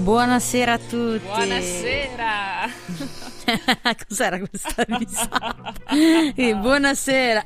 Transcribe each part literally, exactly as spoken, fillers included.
Buonasera a tutti. Buonasera. Cos'era questa risata? Eh, buonasera.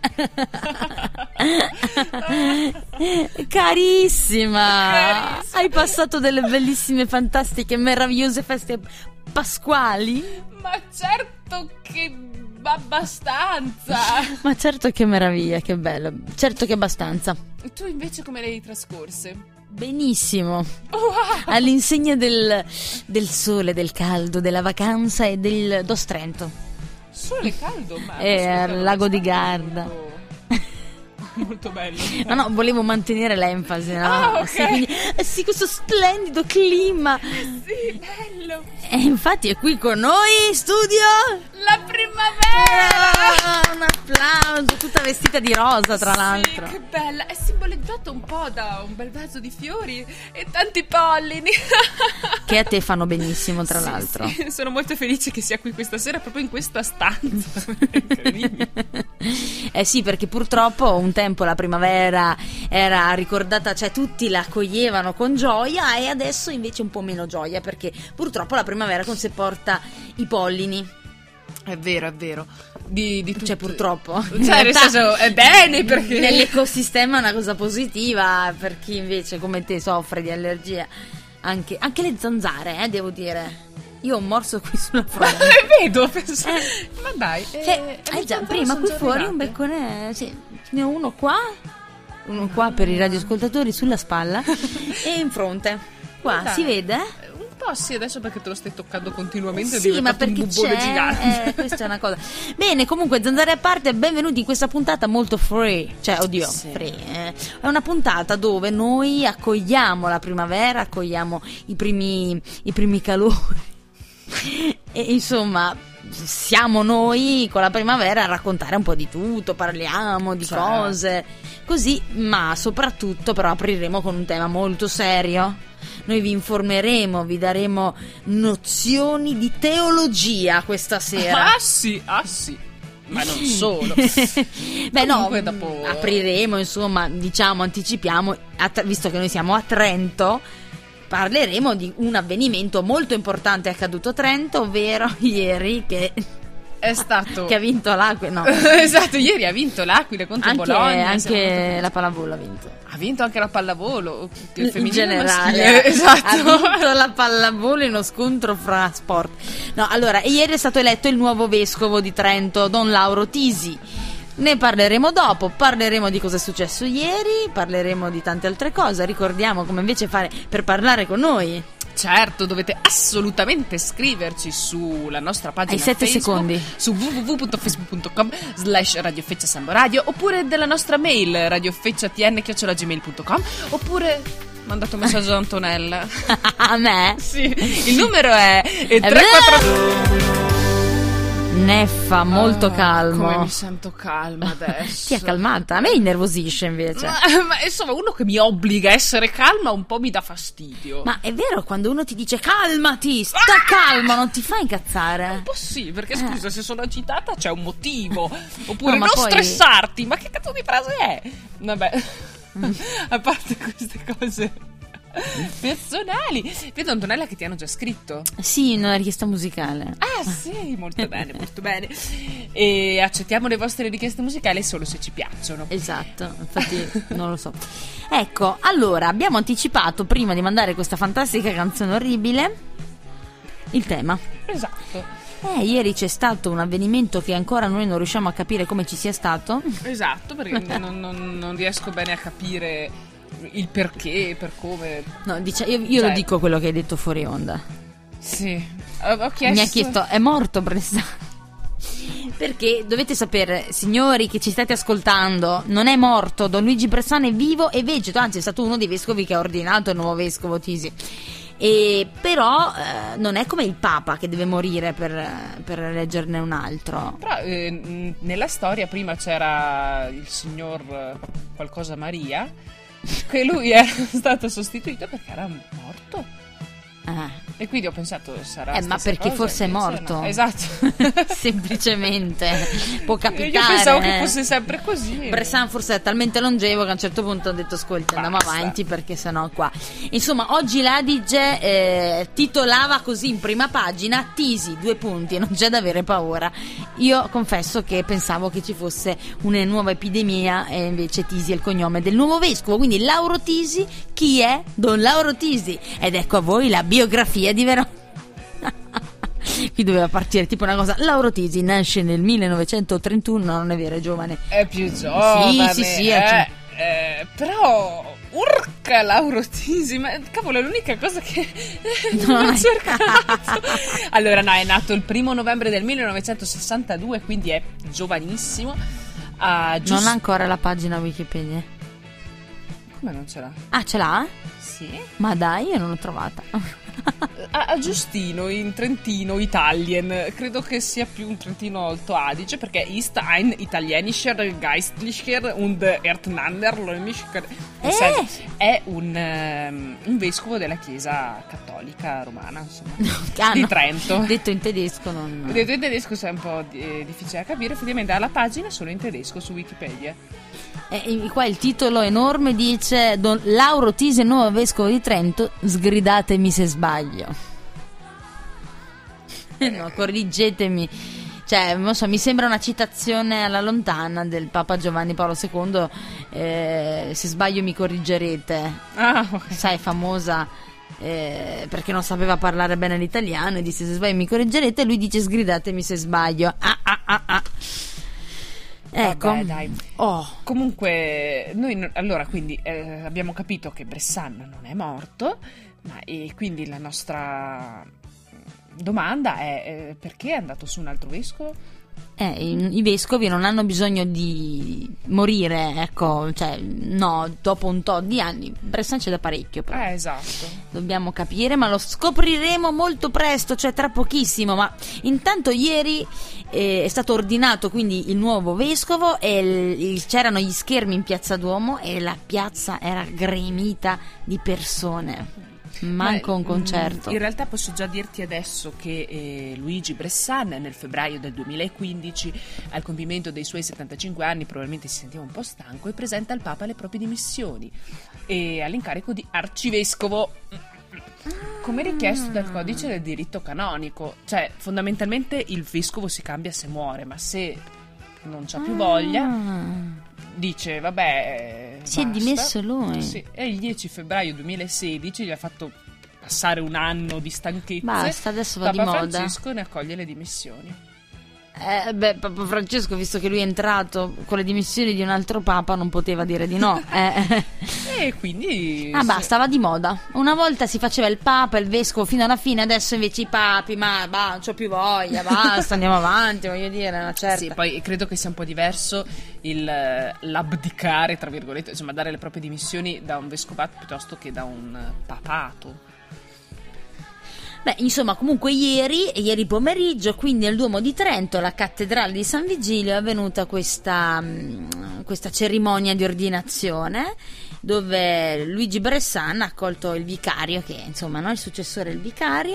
Carissima. Carissima. Hai passato delle bellissime, fantastiche, meravigliose feste pasquali? Ma certo che abbastanza. Ma certo, che meraviglia, che bello. Certo che abbastanza. Tu invece come le hai trascorse? Benissimo, wow. All'insegna del, del sole, del caldo, della vacanza e del Dos Trento. Sole caldo, ma e al lago di Garda. Molto, molto bello. No, no, volevo mantenere l'enfasi, no? Ah, ok. Sì, quindi, eh sì, questo splendido clima. Sì, bello. E infatti è qui con noi in studio la primavera. Oh, un applauso, tutta vestita di rosa, tra sì, l'altro. Che bella, è simboleggiato un po' da un bel vaso di fiori e tanti pollini. Che a te fanno benissimo, tra sì, l'altro. Sì. Sono molto felice che sia qui questa sera, proprio in questa stanza. Eh sì, perché purtroppo un tempo la primavera era ricordata, cioè tutti la accoglievano con gioia, e adesso invece un po' meno gioia, perché purtroppo la primavera con sé porta i pollini. È vero, è vero. Di, di cioè purtroppo, cioè nel senso è bene, perché nell'ecosistema è una cosa positiva per chi invece come te soffre di allergia. Anche, anche le zanzare, eh, devo dire. Io ho un morso qui sulla fronte. Vedo, penso. Eh, ma dai, eh, eh già, prima qui fuori un beccone, sì, ne ho uno qua, uno qua per i radioascoltatori sulla spalla e in fronte. Qua si vede? Un po' sì, adesso perché te lo stai toccando continuamente. Sì, ma perché un bubbone c'è, gigante. Eh, questa è una cosa. Bene, comunque, zanzare a parte, benvenuti in questa puntata molto free. Cioè, oddio, sì. free. Eh. È una puntata dove noi accogliamo la primavera, accogliamo i primi, i primi calori. E insomma, siamo noi con la primavera a raccontare un po' di tutto, parliamo di certo. cose così, ma soprattutto però apriremo con un tema molto serio. Noi vi informeremo, vi daremo nozioni di teologia questa sera. Ah sì, ah sì. Ma non solo. Beh, comunque, no, dopo apriremo, insomma, diciamo, anticipiamo, visto che noi siamo a Trento, parleremo di un avvenimento molto importante accaduto a Trento, ovvero ieri che è stato che ha vinto l'Aquila, no. Esatto, ieri ha vinto l'Aquila contro anche, Bologna. Anche la pallavolo ha vinto. Ha vinto anche la pallavolo, che in femminile generale. Esatto. Ha vinto la pallavolo in uno scontro fra sport. No, allora, ieri è stato eletto il nuovo vescovo di Trento, Don Lauro Tisi. Ne parleremo dopo, parleremo di cosa è successo ieri, parleremo di tante altre cose. Ricordiamo come invece fare per parlare con noi. Certo, dovete assolutamente scriverci sulla nostra pagina Hai sette Facebook, secondi. su w w w punto facebook punto com slash radiofeccia samboradio, oppure della nostra mail radiofecciatn chiocciola gmail punto com, oppure mandate un messaggio a Antonella. A me? Sì, il numero è tre quattro Neffa, molto oh, calmo. Come mi sento calma adesso. Ti è calmata? A me innervosisce invece. Ma, ma insomma, uno che mi obbliga a essere calma un po' mi dà fastidio. Ma è vero, quando uno ti dice calmati, sta ah! calmo, non ti fa incazzare? Un po' sì, perché scusa, eh. se sono agitata c'è un motivo. Oppure no, non poi... stressarti, ma che cazzo di frase è? Vabbè, mm. a parte queste cose personali, vedo Antonella che ti hanno già scritto. Sì, una richiesta musicale. Ah sì, molto bene, molto bene. E accettiamo le vostre richieste musicali solo se ci piacciono. Esatto, infatti non lo so. Ecco, allora abbiamo anticipato prima di mandare questa fantastica canzone orribile il tema. Esatto. Eh, ieri c'è stato un avvenimento che ancora noi non riusciamo a capire come ci sia stato. Esatto, perché non, non, non riesco bene a capire il perché, per come. No, dice, io, io cioè, lo dico quello che hai detto fuori onda. Sì, ho chiesto. Mi ha chiesto, è morto Bressan? Perché dovete sapere, signori che ci state ascoltando, non è morto. Don Luigi Bressan è vivo e vegeto, anzi è stato uno dei vescovi che ha ordinato il nuovo vescovo Tisi. E però eh, non è come il Papa che deve morire per, per eleggerne un altro. Però eh, nella storia prima c'era il signor qualcosa Maria, che lui era stato sostituito perché era morto. Eh. E quindi ho pensato sarà Eh, ma stessa perché cosa, forse è invece morto. no. Esatto. Semplicemente può capitare. Io pensavo eh. che fosse sempre così. Bressan forse è talmente longevo che a un certo punto ha detto ascolti, andiamo Basta. avanti perché sennò qua. Insomma, oggi l'Adige eh, titolava così in prima pagina: Tisi, due punti, non c'è da avere paura. Io confesso che pensavo che ci fosse una nuova epidemia e invece Tisi è il cognome del nuovo vescovo, quindi Lauro Tisi. Chi è? Don Lauro Tisi. Ed ecco a voi la biografia di Verona. Qui doveva partire tipo una cosa. Lauro Tisi nasce nel millenovecentotrentuno. Non è vero, è giovane. È più giovane. Sì, sì, sì, eh, è eh, però urca Lauro Tisi, ma cavolo è l'unica cosa che non ho cercato. Allora no, è nato il primo novembre del millenovecentosessantadue, quindi è giovanissimo. uh, giust- Non ha ancora la pagina Wikipedia. Come non ce l'ha? Ah, ce l'ha? Sì. Ma dai, io non l'ho trovata. A, a Giustino in Trentino Italien, credo che sia più un Trentino Alto Adige, perché ist ein italienischer Geistlicher und Erdmanner Römischer, nel Eh! senso, è un, ehm, un vescovo della Chiesa cattolica romana, insomma, Ah, di no. Trento. Detto in tedesco non... Detto in tedesco è un po' di- difficile da capire, effettivamente alla pagina solo in tedesco su Wikipedia. E qua il titolo enorme dice: Don Lauro Tisi, nuovo vescovo di Trento, sgridatemi se sbaglio. No, corrigetemi. Cioè, non so, mi sembra una citazione alla lontana del Papa Giovanni Paolo secondo. eh, se sbaglio mi corrigerete. Ah, ok. Sai, famosa, eh, perché non sapeva parlare bene l'italiano e disse: se sbaglio mi corrigerete. E lui dice: sgridatemi se sbaglio. Ah ah ah ah. Ecco. Vabbè, dai. Oh. Comunque, noi no- allora quindi eh, abbiamo capito che Bressan non è morto, ma e quindi la nostra domanda è eh, perché è andato su un altro vescovo? Eh, i, i vescovi non hanno bisogno di morire, ecco, cioè, no, dopo un tot di anni. Bressan c'è da parecchio, però. Eh, esatto. Dobbiamo capire, ma lo scopriremo molto presto, cioè tra pochissimo. Ma intanto ieri eh, è stato ordinato quindi il nuovo vescovo e il- il- c'erano gli schermi in Piazza Duomo e la piazza era gremita di persone. Manco Ma, un concerto. mm, In realtà posso già dirti adesso che eh, Luigi Bressan nel febbraio del duemilaquindici, al compimento dei suoi settantacinque anni, probabilmente si sentiva un po' stanco e presenta al Papa le proprie dimissioni e all'incarico di arcivescovo, come richiesto dal codice del diritto canonico. Cioè, fondamentalmente il vescovo si cambia se muore, ma se non c'ha più voglia, Ah. dice vabbè, Si è basta. dimesso lui. Sì, e il dieci febbraio duemilasedici gli ha fatto passare un anno di stanchezza. Basta, adesso va Papa di moda. Francesco ne accoglie le dimissioni. Eh, beh, Papa Francesco, visto che lui è entrato con le dimissioni di un altro papa, non poteva dire di no. Eh. E quindi Ah, se- basta, va di moda. Una volta si faceva il papa, il vescovo fino alla fine, adesso invece i papi, ma bah, non c'ho più voglia, basta, andiamo avanti, voglio dire, una certa. Sì, poi credo che sia un po' diverso il, eh, l'abdicare, tra virgolette, insomma, dare le proprie dimissioni da un vescovato piuttosto che da un eh, papato. Beh, insomma, comunque ieri, ieri pomeriggio, quindi al Duomo di Trento, alla cattedrale di San Vigilio, è avvenuta questa, mh, questa cerimonia di ordinazione dove Luigi Bressan ha accolto il vicario, che insomma, no, il successore del vicario,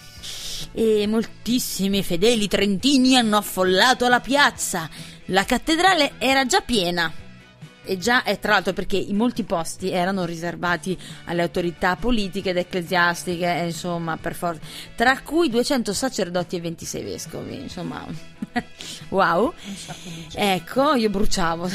e moltissimi fedeli trentini hanno affollato la piazza. La cattedrale era già piena. E già, e tra l'altro perché in molti posti erano riservati alle autorità politiche ed ecclesiastiche, e insomma, per forza, tra cui duecento sacerdoti e ventisei vescovi, insomma. Wow. Ecco, io bruciavo.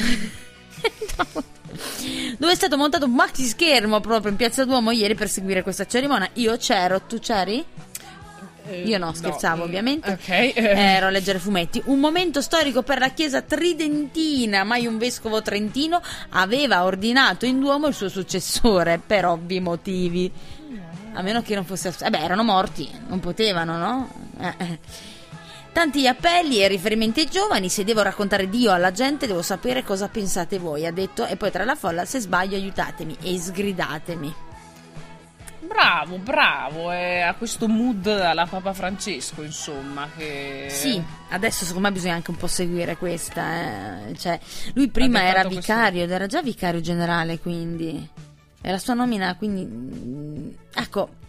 Dove è stato montato un maxi schermo proprio in Piazza Duomo ieri per seguire questa cerimonia. Io c'ero, tu c'eri? Io no, scherzavo, ovviamente. Ok. Ero a leggere fumetti. Un momento storico per la chiesa tridentina. Mai un vescovo trentino aveva ordinato in Duomo il suo successore, per ovvi motivi. A meno che non fosse... Eh beh, erano morti, non potevano, no? Eh, eh. Tanti appelli e riferimenti ai giovani. Se devo raccontare Dio alla gente, devo sapere cosa pensate voi, ha detto. E poi tra la folla: se sbaglio aiutatemi e sgridatemi. Bravo, bravo, eh, ha questo mood alla Papa Francesco, insomma, che... Sì, adesso secondo me bisogna anche un po' seguire questa, eh. Cioè, lui prima Ha era dettato questo- vicario ed era già vicario generale, quindi e la sua nomina, quindi mm, ecco,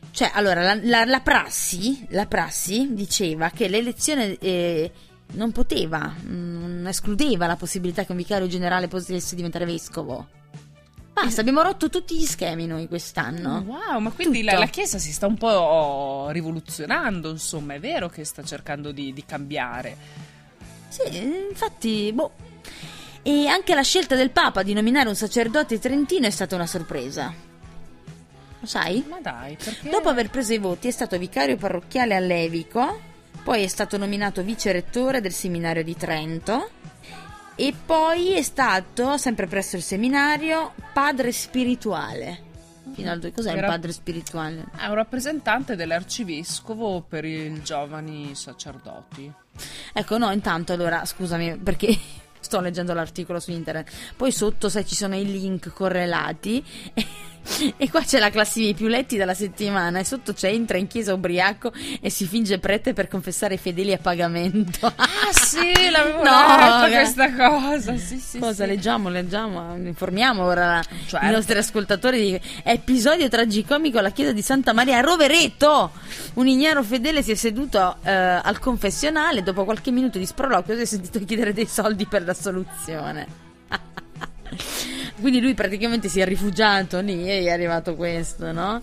cioè, allora, la, la, la prassi, la prassi diceva che l'elezione eh, non poteva, non escludeva la possibilità che un vicario generale potesse diventare vescovo. Basta, abbiamo rotto tutti gli schemi noi quest'anno. Wow, ma quindi la, Tutto. la Chiesa si sta un po' rivoluzionando, insomma, è vero che sta cercando di, di cambiare. Sì, infatti, boh. E anche la scelta del Papa di nominare un sacerdote trentino è stata una sorpresa. Lo sai? Ma dai, perché? Dopo aver preso i voti è stato vicario parrocchiale a Levico, poi è stato nominato vicerettore del seminario di Trento e poi è stato, sempre presso il seminario, padre spirituale. Fino al... Cos'è Era... un padre spirituale? È un rappresentante dell'arcivescovo per i giovani sacerdoti. Ecco, no, intanto allora, scusami, perché sto leggendo l'articolo su internet, poi sotto sai ci sono i link correlati e, e qua c'è la classifica dei più letti della settimana e sotto c'è entra in chiesa ubriaco e si finge prete per confessare i fedeli a pagamento. Ah sì, l'avevo No, letto che- questa cosa, sì sì Cosa sì. leggiamo, leggiamo, informiamo ora Certo. i nostri ascoltatori di episodio tragicomico alla chiesa di Santa Maria a Rovereto. Un ignaro fedele si è seduto eh, al confessionale, dopo qualche minuto di sproloquio si è sentito chiedere dei soldi per la soluzione. Quindi lui praticamente si è rifugiato lì e gli è arrivato questo, no?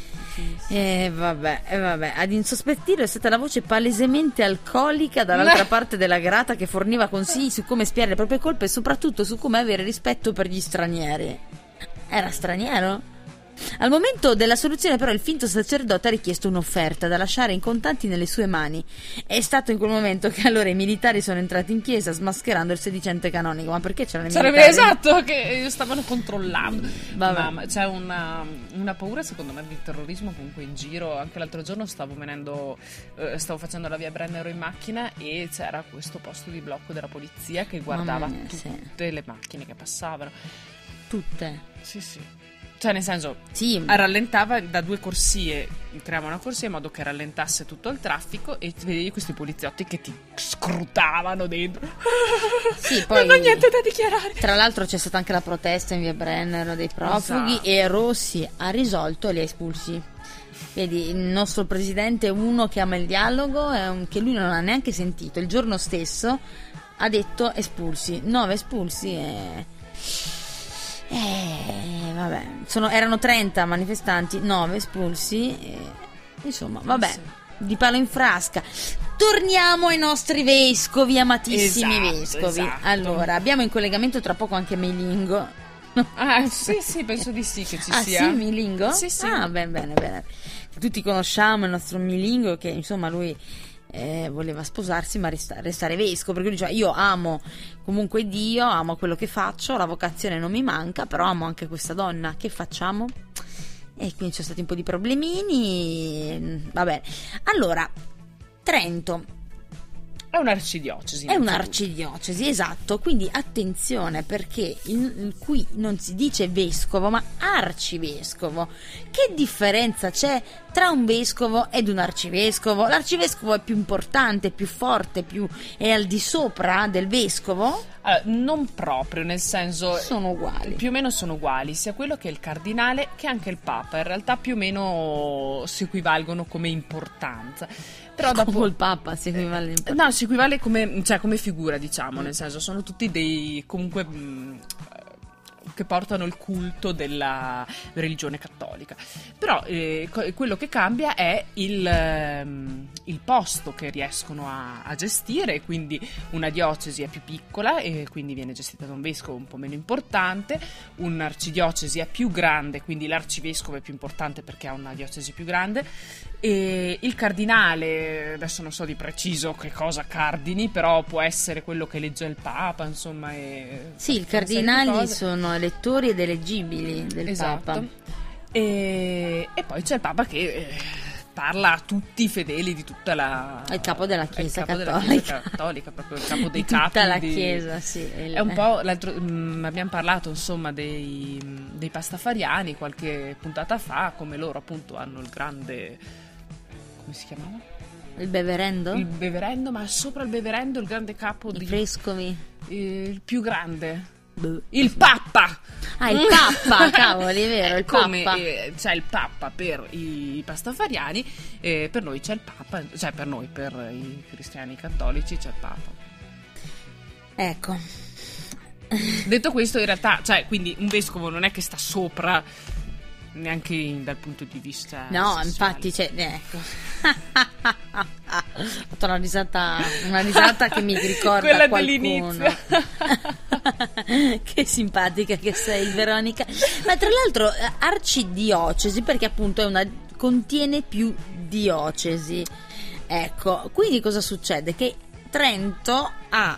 E vabbè, e vabbè, ad insospettirlo è stata la voce palesemente alcolica dall'altra parte della grata che forniva consigli su come spiare le proprie colpe e soprattutto su come avere rispetto per gli stranieri. Era straniero? Al momento della soluzione però il finto sacerdote ha richiesto un'offerta da lasciare in contanti nelle sue mani. È stato in quel momento che allora i militari sono entrati in chiesa smascherando il sedicente canonico. Ma perché c'erano i Sarebbe militari? esatto che stavano controllando. Vabbè. Ma, ma c'è una, una paura secondo me di terrorismo comunque in giro. Anche l'altro giorno stavo venendo, eh, stavo facendo la via Brennero in macchina e c'era questo posto di blocco della polizia che guardava Mamma mia, tutte sì. le macchine che passavano. Tutte. Sì, sì. Cioè, nel senso, Sì. rallentava da due corsie, creava una corsia in modo che rallentasse tutto il traffico e vedevi questi poliziotti che ti scrutavano dentro. Sì, poi non ho niente da dichiarare. tra l'altro c'è stata anche la protesta in via Brennero dei profughi Esatto. e Rossi ha risolto e li ha espulsi. Vedi, il nostro presidente è uno che ama il dialogo, è un, che lui non ha neanche sentito. Il giorno stesso ha detto espulsi, nove espulsi e... Eh, vabbè, sono, erano trenta manifestanti, nove espulsi e, insomma, vabbè, Sì. di palo in frasca. Torniamo ai nostri vescovi, amatissimi Esatto, vescovi. esatto. Allora, abbiamo in collegamento tra poco anche Meilingo. Ah, sì, sì, penso di sì che ci Ah sia. sì, Milingo? Sì, sì. Ah, bene, bene, bene. Tutti conosciamo il nostro Milingo che insomma lui eh, voleva sposarsi ma resta- restare vescovo, perché lui diceva io amo comunque Dio, amo quello che faccio, la vocazione non mi manca, però amo anche questa donna, che facciamo? E quindi ci sono stati un po' di problemini, va bene. Allora, Trento È un'arcidiocesi. è innanzitutto. un'arcidiocesi, esatto, quindi attenzione perché in- in- qui non si dice vescovo ma arcivescovo. Che differenza c'è tra un vescovo ed un arcivescovo? L'arcivescovo è più importante, più forte, più è al di sopra del vescovo? Allora, non proprio, nel senso... Sono uguali. Più o meno sono uguali, sia quello che il cardinale che anche il papa. In realtà più o meno si equivalgono come importanza. Però dopo... Come il Papa si equivale in- No, si equivale come, cioè, come figura, diciamo, nel senso sono tutti dei comunque mh, che portano il culto della religione cattolica. Però eh, co- quello che cambia è il, ehm, il posto che riescono a, a gestire, quindi una diocesi è più piccola e quindi viene gestita da un vescovo un po' meno importante, un'arcidiocesi è più grande, quindi l'arcivescovo è più importante perché ha una diocesi più grande. E il cardinale, adesso non so di preciso che cosa cardini, però può essere quello che elegge il Papa, insomma. E Sì, i una serie di cardinali cose. sono elettori ed eleggibili del Esatto. Papa. E, e poi c'è il Papa che eh, parla a tutti i fedeli di tutta la... È il capo della è il Chiesa capo della cattolica. Chiesa cattolica, proprio il capo dei Di tutta capi la di- Chiesa, sì. il- È un po' l'altro, mh, abbiamo parlato insomma dei, dei pastafariani qualche puntata fa, come loro appunto hanno il grande, come si chiamava? il beverendo? Il beverendo, ma sopra il beverendo il grande capo I di, vescovi? eh, il più grande. Il Papa! Ah, il Papa, cavoli, è vero, il Come Papa. eh, c'è il Papa per i pastafariani, eh, per noi c'è il Papa, cioè per noi, per i cristiani cattolici c'è il Papa. Ecco. Detto questo, in realtà, cioè, quindi un vescovo non è che sta sopra neanche in- dal punto di vista No, sessuale. infatti, cioè, ecco. Ho fatto una risata, una risata che mi ricorda Quella qualcuno. dell'inizio. Che simpatica che sei, Veronica. Ma tra l'altro, eh, arcidiocesi, perché appunto è una contiene più diocesi. Ecco, quindi cosa succede? Che Trento ha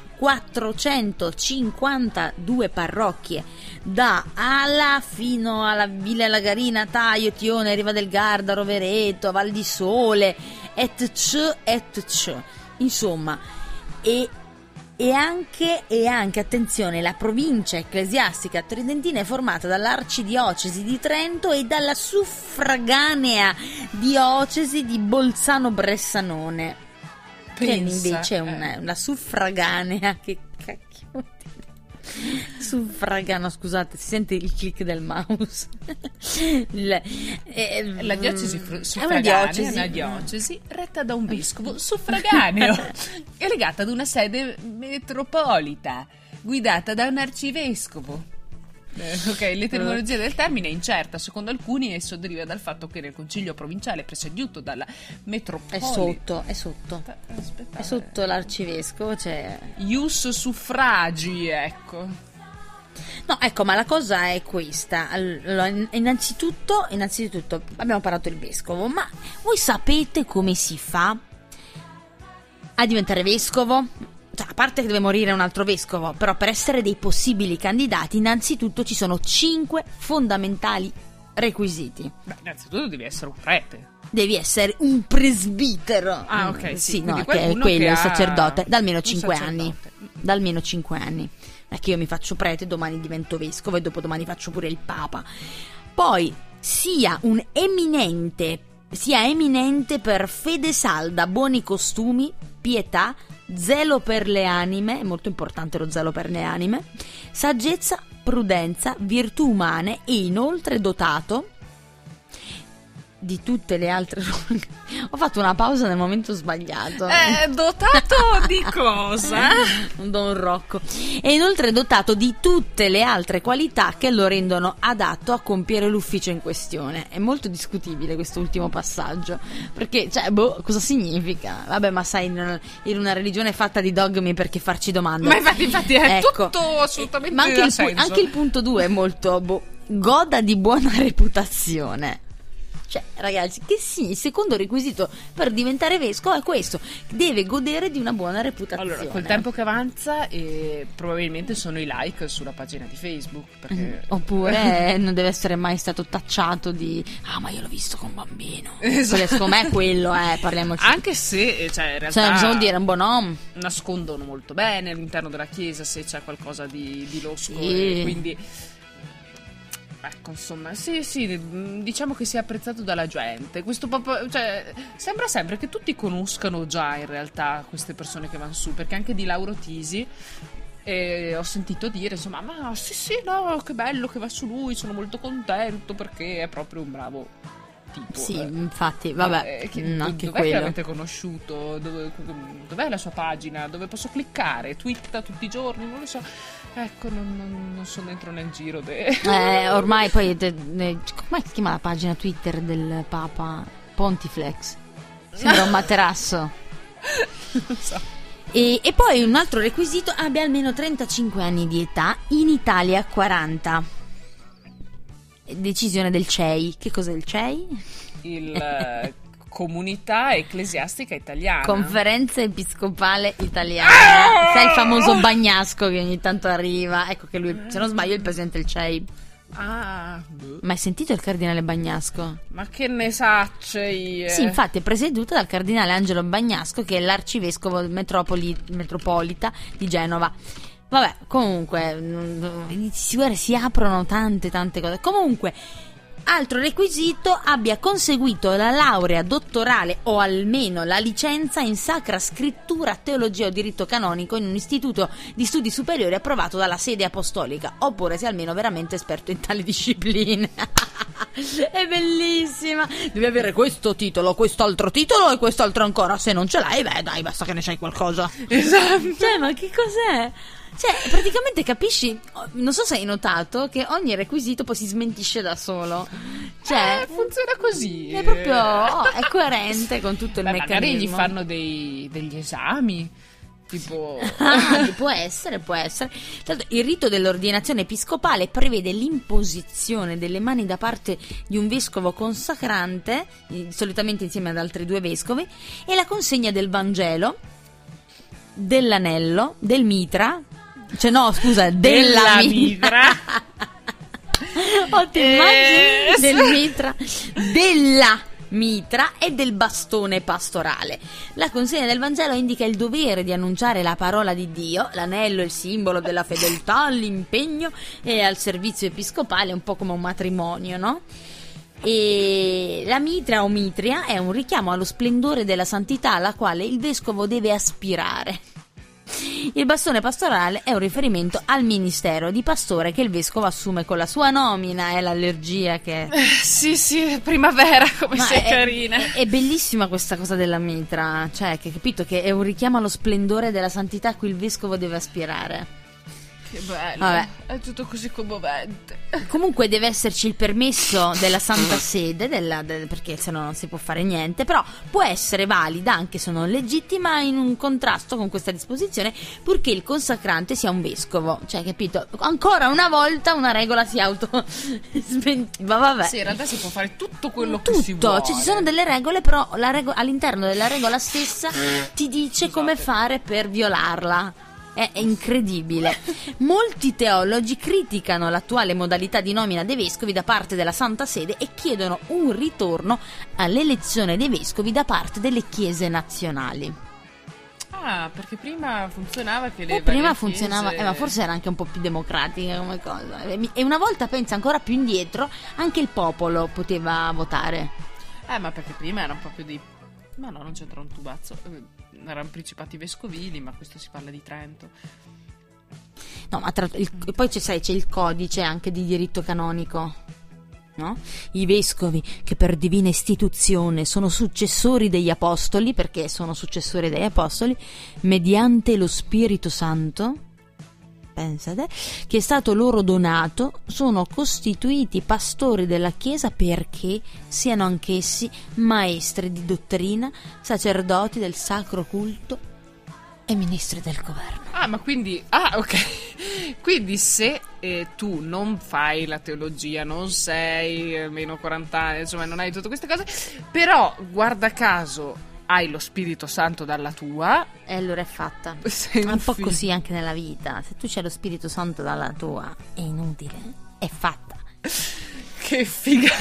quattrocentocinquantadue parrocchie, da Ala fino alla Villa Lagarina, Taio, Tione, Riva del Garda, Rovereto, Val di Sole, et c, et c. Insomma, e, e anche, e anche, attenzione, la provincia ecclesiastica tridentina è formata dall'arcidiocesi di Trento e dalla suffraganea diocesi di Bolzano-Bressanone. Che Pensa, invece è una, eh. una suffraganea. Che cacchio vuol dire? Suffragano, scusate, si sente il click del mouse. Il- eh, La diocesi fr- è una suffraganea diocesi. è una diocesi retta da un vescovo suffraganeo è legata ad una sede metropolita guidata da un arcivescovo. Eh, ok, l'etimologia del termine è incerta. Secondo alcuni esso deriva dal fatto che nel concilio provinciale presieduto dalla È metropolita sotto, è sotto. Aspetta, È sotto l'arcivescovo, cioè. ius suffragi, ecco. No, ecco, ma la cosa è questa. Allora, innanzitutto, innanzitutto abbiamo parlato del vescovo, ma voi sapete come si fa a diventare vescovo? Cioè, a parte che deve morire un altro vescovo, però per essere dei possibili candidati, innanzitutto ci sono cinque fondamentali requisiti. Beh, innanzitutto devi essere un prete. Devi essere un presbitero. Ah, ok, sì, sì, no, quindi che è qualcuno quello, che il ha sacerdote, da almeno un cinque sacerdote. anni. Da almeno cinque anni. Non è che io mi faccio prete, domani divento vescovo e dopodomani faccio pure il papa. Poi sia un eminente, sia eminente per fede salda, buoni costumi, pietà, zelo per le anime, è molto importante lo zelo per le anime, saggezza, prudenza, virtù umane e inoltre dotato di tutte le altre. Ho fatto una pausa nel momento sbagliato. Eh, dotato di cosa? Un Don Rocco. E inoltre dotato di tutte le altre qualità che lo rendono adatto a compiere l'ufficio in questione. È molto discutibile questo ultimo passaggio, perché, cioè, boh, cosa significa? Vabbè, ma sai, in in una religione fatta di dogmi, perché farci domande? Ma infatti, infatti è Ecco. tutto assolutamente Ma anche ha il, pu- senso. anche il punto due è molto, boh, goda di buona reputazione. Cioè, ragazzi, che sì, il secondo requisito per diventare vescovo è questo: deve godere di una buona reputazione. Allora, col tempo che avanza, eh, probabilmente sono i like sulla pagina di Facebook. Perché... Oppure non deve essere mai stato tacciato di ah, ma io l'ho visto con un bambino. Esatto. Quello, secondo me è quello, eh, parliamoci. Anche se, eh, cioè, in realtà Cioè, bisogna dire un buon uomo. nascondono molto bene all'interno della chiesa se c'è qualcosa di, di losco. Sì. E quindi, ecco, insomma, sì, sì, mh, diciamo che sia apprezzato dalla gente. Questo proprio, cioè, sembra sempre che tutti conoscano già in realtà queste persone che vanno su, perché anche di Lauro Tisi eh, ho sentito dire, insomma, ma sì, sì, no, che bello che va su lui, sono molto contento perché è proprio un bravo tipo. Sì, Eh, infatti, vabbè, eh, che- mm, anche dov'è che quello. l'avete conosciuto? Dove, dov'è la sua pagina? Dove posso cliccare? Twitta tutti i giorni? Non lo so. Ecco, non, non- non sono dentro nel giro de... Eh, ormai poi de- de- come si chiama la pagina Twitter del Papa? Pontiflex. Sembra un materasso. non so. E, e poi un altro requisito: abbia almeno trentacinque anni di età, in Italia quaranta. Decisione del C E I. Che cos'è il C E I? Il eh, Comunità Ecclesiastica Italiana. Conferenza Episcopale Italiana. Sai il famoso Bagnasco che ogni tanto arriva? Ecco che lui, se non sbaglio, è il presidente del C E I. Ah, boh. Ma hai sentito il cardinale Bagnasco? Ma che ne sacce io? Sì, infatti è presieduta dal cardinale Angelo Bagnasco, che è l'arcivescovo metropoli- metropolita di Genova. Vabbè, comunque, mm, si, guarda, si aprono tante tante cose. Comunque, Altro requisito: abbia conseguito la laurea dottorale o almeno la licenza in sacra scrittura, teologia o diritto canonico in un istituto di studi superiori approvato dalla sede apostolica, oppure sia almeno veramente esperto in tali discipline. È bellissima. Devi avere questo titolo, quest'altro titolo e quest'altro ancora. Se non ce l'hai, beh dai, basta che ne sai qualcosa. Esatto. Cioè, ma che cos'è? Cioè, praticamente capisci, non so se hai notato che ogni requisito poi si smentisce da solo. Cioè, eh, funziona così. È proprio, oh, è coerente con tutto il Beh, meccanismo. magari gli fanno dei, degli esami, tipo... Ah, può essere, può essere. Tanto, il rito dell'ordinazione episcopale prevede l'imposizione delle mani da parte di un vescovo consacrante, solitamente insieme ad altri due vescovi, e la consegna del Vangelo, dell'anello, del mitra. Cioè no, scusa, della, della mitra. mitra. Oh, ti immagini? Eh, Del mitra, della mitra e del bastone pastorale. La consegna del Vangelo indica il dovere di annunciare la parola di Dio. L'anello è il simbolo della fedeltà, l'impegno e al servizio episcopale, un po' come un matrimonio, no? E la mitra o mitria è un richiamo allo splendore della santità alla quale il vescovo deve aspirare. Il bastone pastorale è un riferimento al ministero di pastore che il vescovo assume con la sua nomina. È l'allergia che... Eh, sì, sì, primavera, come Ma sei è, carina. È, è bellissima questa cosa della mitra. Cioè, che capito che è un richiamo allo splendore della santità a cui il vescovo deve aspirare. Che bello. Vabbè. È tutto così commovente. Comunque deve esserci il permesso della Santa Sede, della, del, perché se no non si può fare niente, però può essere valida anche se non legittima in un contrasto con questa disposizione, purché il consacrante sia un vescovo. Cioè, capito? Ancora una volta una regola si auto smentiva, vabbè. Sì, in realtà si può fare tutto quello Tutto, che si vuole. cioè ci sono delle regole, però la rego- all'interno della regola stessa ti dice come fare per violarla. È incredibile. Molti teologi criticano l'attuale modalità di nomina dei vescovi da parte della Santa Sede e chiedono un ritorno all'elezione dei vescovi da parte delle chiese nazionali. Ah, perché prima funzionava che le E prima varie funzionava, chiese... eh, ma forse era anche un po' più democratica come cosa. E una volta, pensa, ancora più indietro, anche il popolo poteva votare. Eh, ma perché prima erano proprio dei... Ma no, non c'entra un tubazzo. Erano principati vescovili, ma questo si parla di Trento. No, ma tra, il, poi c'è, sai, c'è il codice anche di diritto canonico, no? I vescovi che per divina istituzione sono successori degli apostoli, perché sono successori degli apostoli, mediante lo Spirito Santo, pensate, che è stato loro donato, sono costituiti pastori della Chiesa perché siano anch'essi maestri di dottrina, sacerdoti del sacro culto e ministri del governo. Ah, ma quindi... Ah, ok. Quindi se eh, tu non fai la teologia, non sei eh, meno quaranta anni, insomma non hai tutte queste cose, però guarda caso hai lo Spirito Santo dalla tua, e allora è fatta. Sei È un un po' figlio. così anche nella vita. Se tu c'hai lo Spirito Santo dalla tua, è inutile, è fatta. Che figa.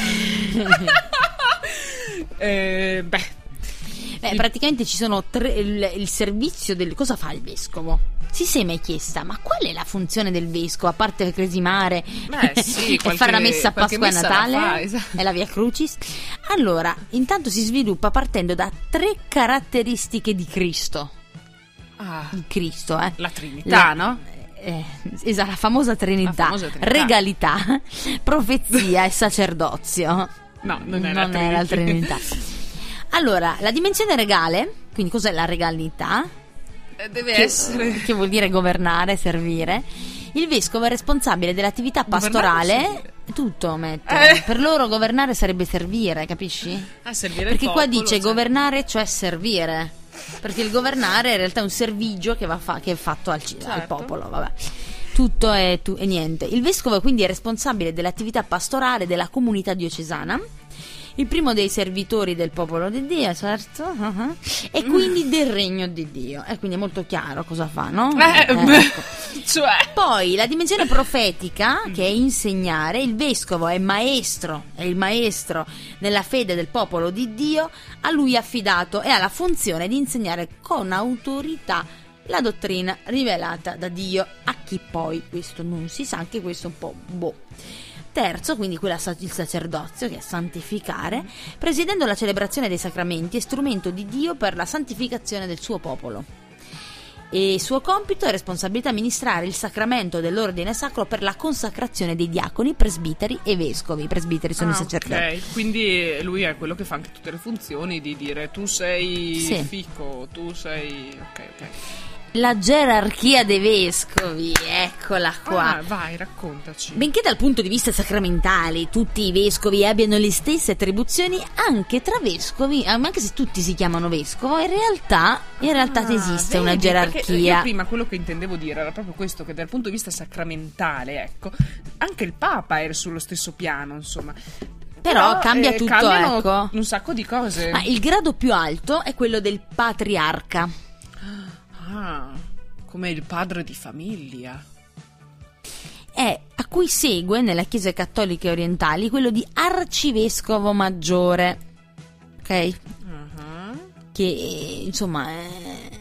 eh, beh Beh, praticamente ci sono tre, il, il servizio del... Cosa fa il vescovo? Si si è mai chiesta, ma qual è la funzione del vescovo, a parte cresimare Beh, sì, e qualche- fare la messa a qualche Pasqua e messa la Natale fa, esatto. e la Via Crucis? Allora, intanto si sviluppa partendo da tre caratteristiche di Cristo. ah, Di Cristo, eh. la Trinità, La- no? Eh, esatto, la famosa Trinità, La famosa Trinità. regalità, profezia e sacerdozio. No, non è la non è la Trinità. Allora, la dimensione regale, quindi cos'è la regalità? Eh, Deve Che, essere... che vuol dire governare, servire. Il vescovo è responsabile dell'attività pastorale. Governare Tutto metto. Eh. Per loro governare sarebbe servire, capisci? a servire Perché il qua popolo, dice cioè. governare, cioè servire. Perché il governare in realtà è un servigio che, va fa- che è fatto al, ci- al Certo. popolo, vabbè. Tutto è tu- e niente. Il vescovo quindi è responsabile dell'attività pastorale della comunità diocesana, il primo dei servitori del popolo di Dio, certo, uh-huh, e quindi del regno di Dio. E quindi è molto chiaro cosa fa, no? Eh, Eh, beh, ecco. cioè... Poi la dimensione profetica, che è insegnare. Il vescovo è maestro, è il maestro nella fede del popolo di Dio, a lui affidato e ha la funzione di insegnare con autorità la dottrina rivelata da Dio. A chi poi? Questo non si sa, anche questo è un po' boh. Terzo, quindi quella, il sacerdozio, che è santificare, presiedendo la celebrazione dei sacramenti, è strumento di Dio per la santificazione del suo popolo. E suo compito è responsabilità amministrare il sacramento dell'ordine sacro per la consacrazione dei diaconi, presbiteri e vescovi. I presbiteri sono ah, i sacerdoti. Ok, quindi lui è quello che fa anche tutte le funzioni di dire tu sei sì. fico, tu sei... ok, ok. La gerarchia dei vescovi, eccola qua. Ah, vai, raccontaci. Benché dal punto di vista sacramentale tutti i vescovi abbiano le stesse attribuzioni, anche tra vescovi, anche se tutti si chiamano vescovo, in realtà, in realtà ah, esiste vedi, una gerarchia. Io prima quello che intendevo dire era proprio questo, che dal punto di vista sacramentale, ecco, anche il Papa era sullo stesso piano, insomma. Però, Però cambia eh, tutto, cambiano ecco. un sacco di cose. Ma il grado più alto è quello del patriarca. Ah, come il padre di famiglia. È a cui segue nelle chiese cattoliche orientali quello di arcivescovo maggiore, ok? Uh-huh. Che insomma è...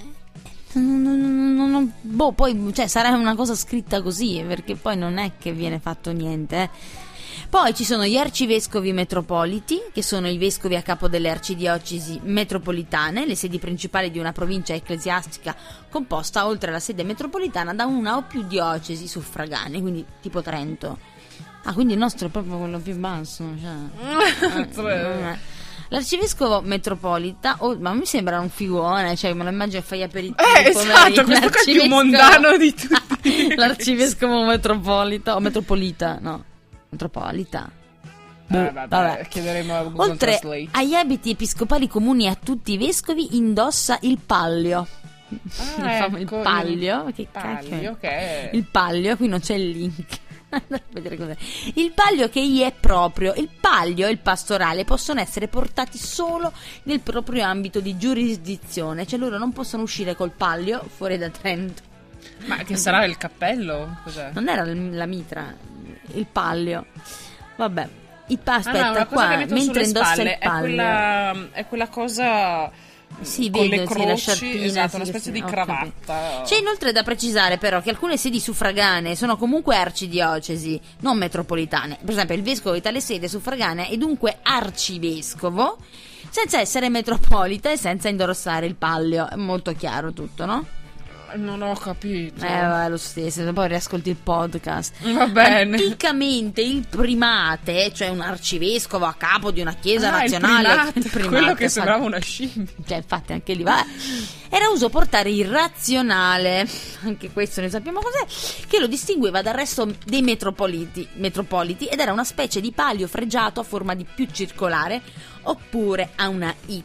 non, non, non, non, boh, poi cioè sarà una cosa scritta così, perché poi non è che viene fatto niente, eh. Poi ci sono gli arcivescovi metropoliti, che sono i vescovi a capo delle arcidiocesi metropolitane, le sedi principali di una provincia ecclesiastica composta, oltre alla sede metropolitana, da una o più diocesi suffragane, quindi tipo Trento. Ah, quindi il nostro è proprio quello più basso, cioè. eh, L'arcivescovo metropolita, oh, ma mi sembra un figone, cioè me lo immagino fai aperitivo. Eh, esatto, questo è il più mondano di tutti. L'arcivescovo metropolita, o metropolita, no. Metropolita. Eh, vabbè, vabbè. Chiederemo a Google Oltre Translate. agli abiti episcopali comuni a tutti i vescovi, indossa il pallio. Ah, ecco, il pallio, il che pallio cacchio che è? Il pallio, qui non c'è il link. Vedere cos'è. Il pallio che gli è proprio. Il pallio e il pastorale possono essere portati solo nel proprio ambito di giurisdizione, cioè loro non possono uscire col pallio fuori da Trento. Ma che sarà il cappello? Cos'è? Non era la mitra, il pallio. Vabbè, il pa- aspetta, ah, no, qua mentre indossa spalle, il pallio è quella, è quella cosa sì, con vedo, le croci, sì, la sciarpina, esatto, sì, una specie sì, di ho cravatta. capito. C'è inoltre da precisare però che alcune sedi suffragane sono comunque arcidiocesi, non metropolitane. Per esempio il vescovo di tale sede suffragana è dunque arcivescovo, senza essere metropolita e senza indossare il pallio. È molto chiaro tutto, no? Non ho capito. Eh, va lo stesso, poi riascolti il podcast. Va bene. Anticamente il primate, cioè un arcivescovo a capo di una chiesa ah, nazionale, il primate, il primate, quello che infatti, sembrava una scimmia. cioè infatti anche lì va. Era uso portare il razionale, anche questo ne sappiamo cos'è, che lo distingueva dal resto dei metropoliti, metropoliti ed era una specie di palio fregiato a forma di più circolare oppure a una Y.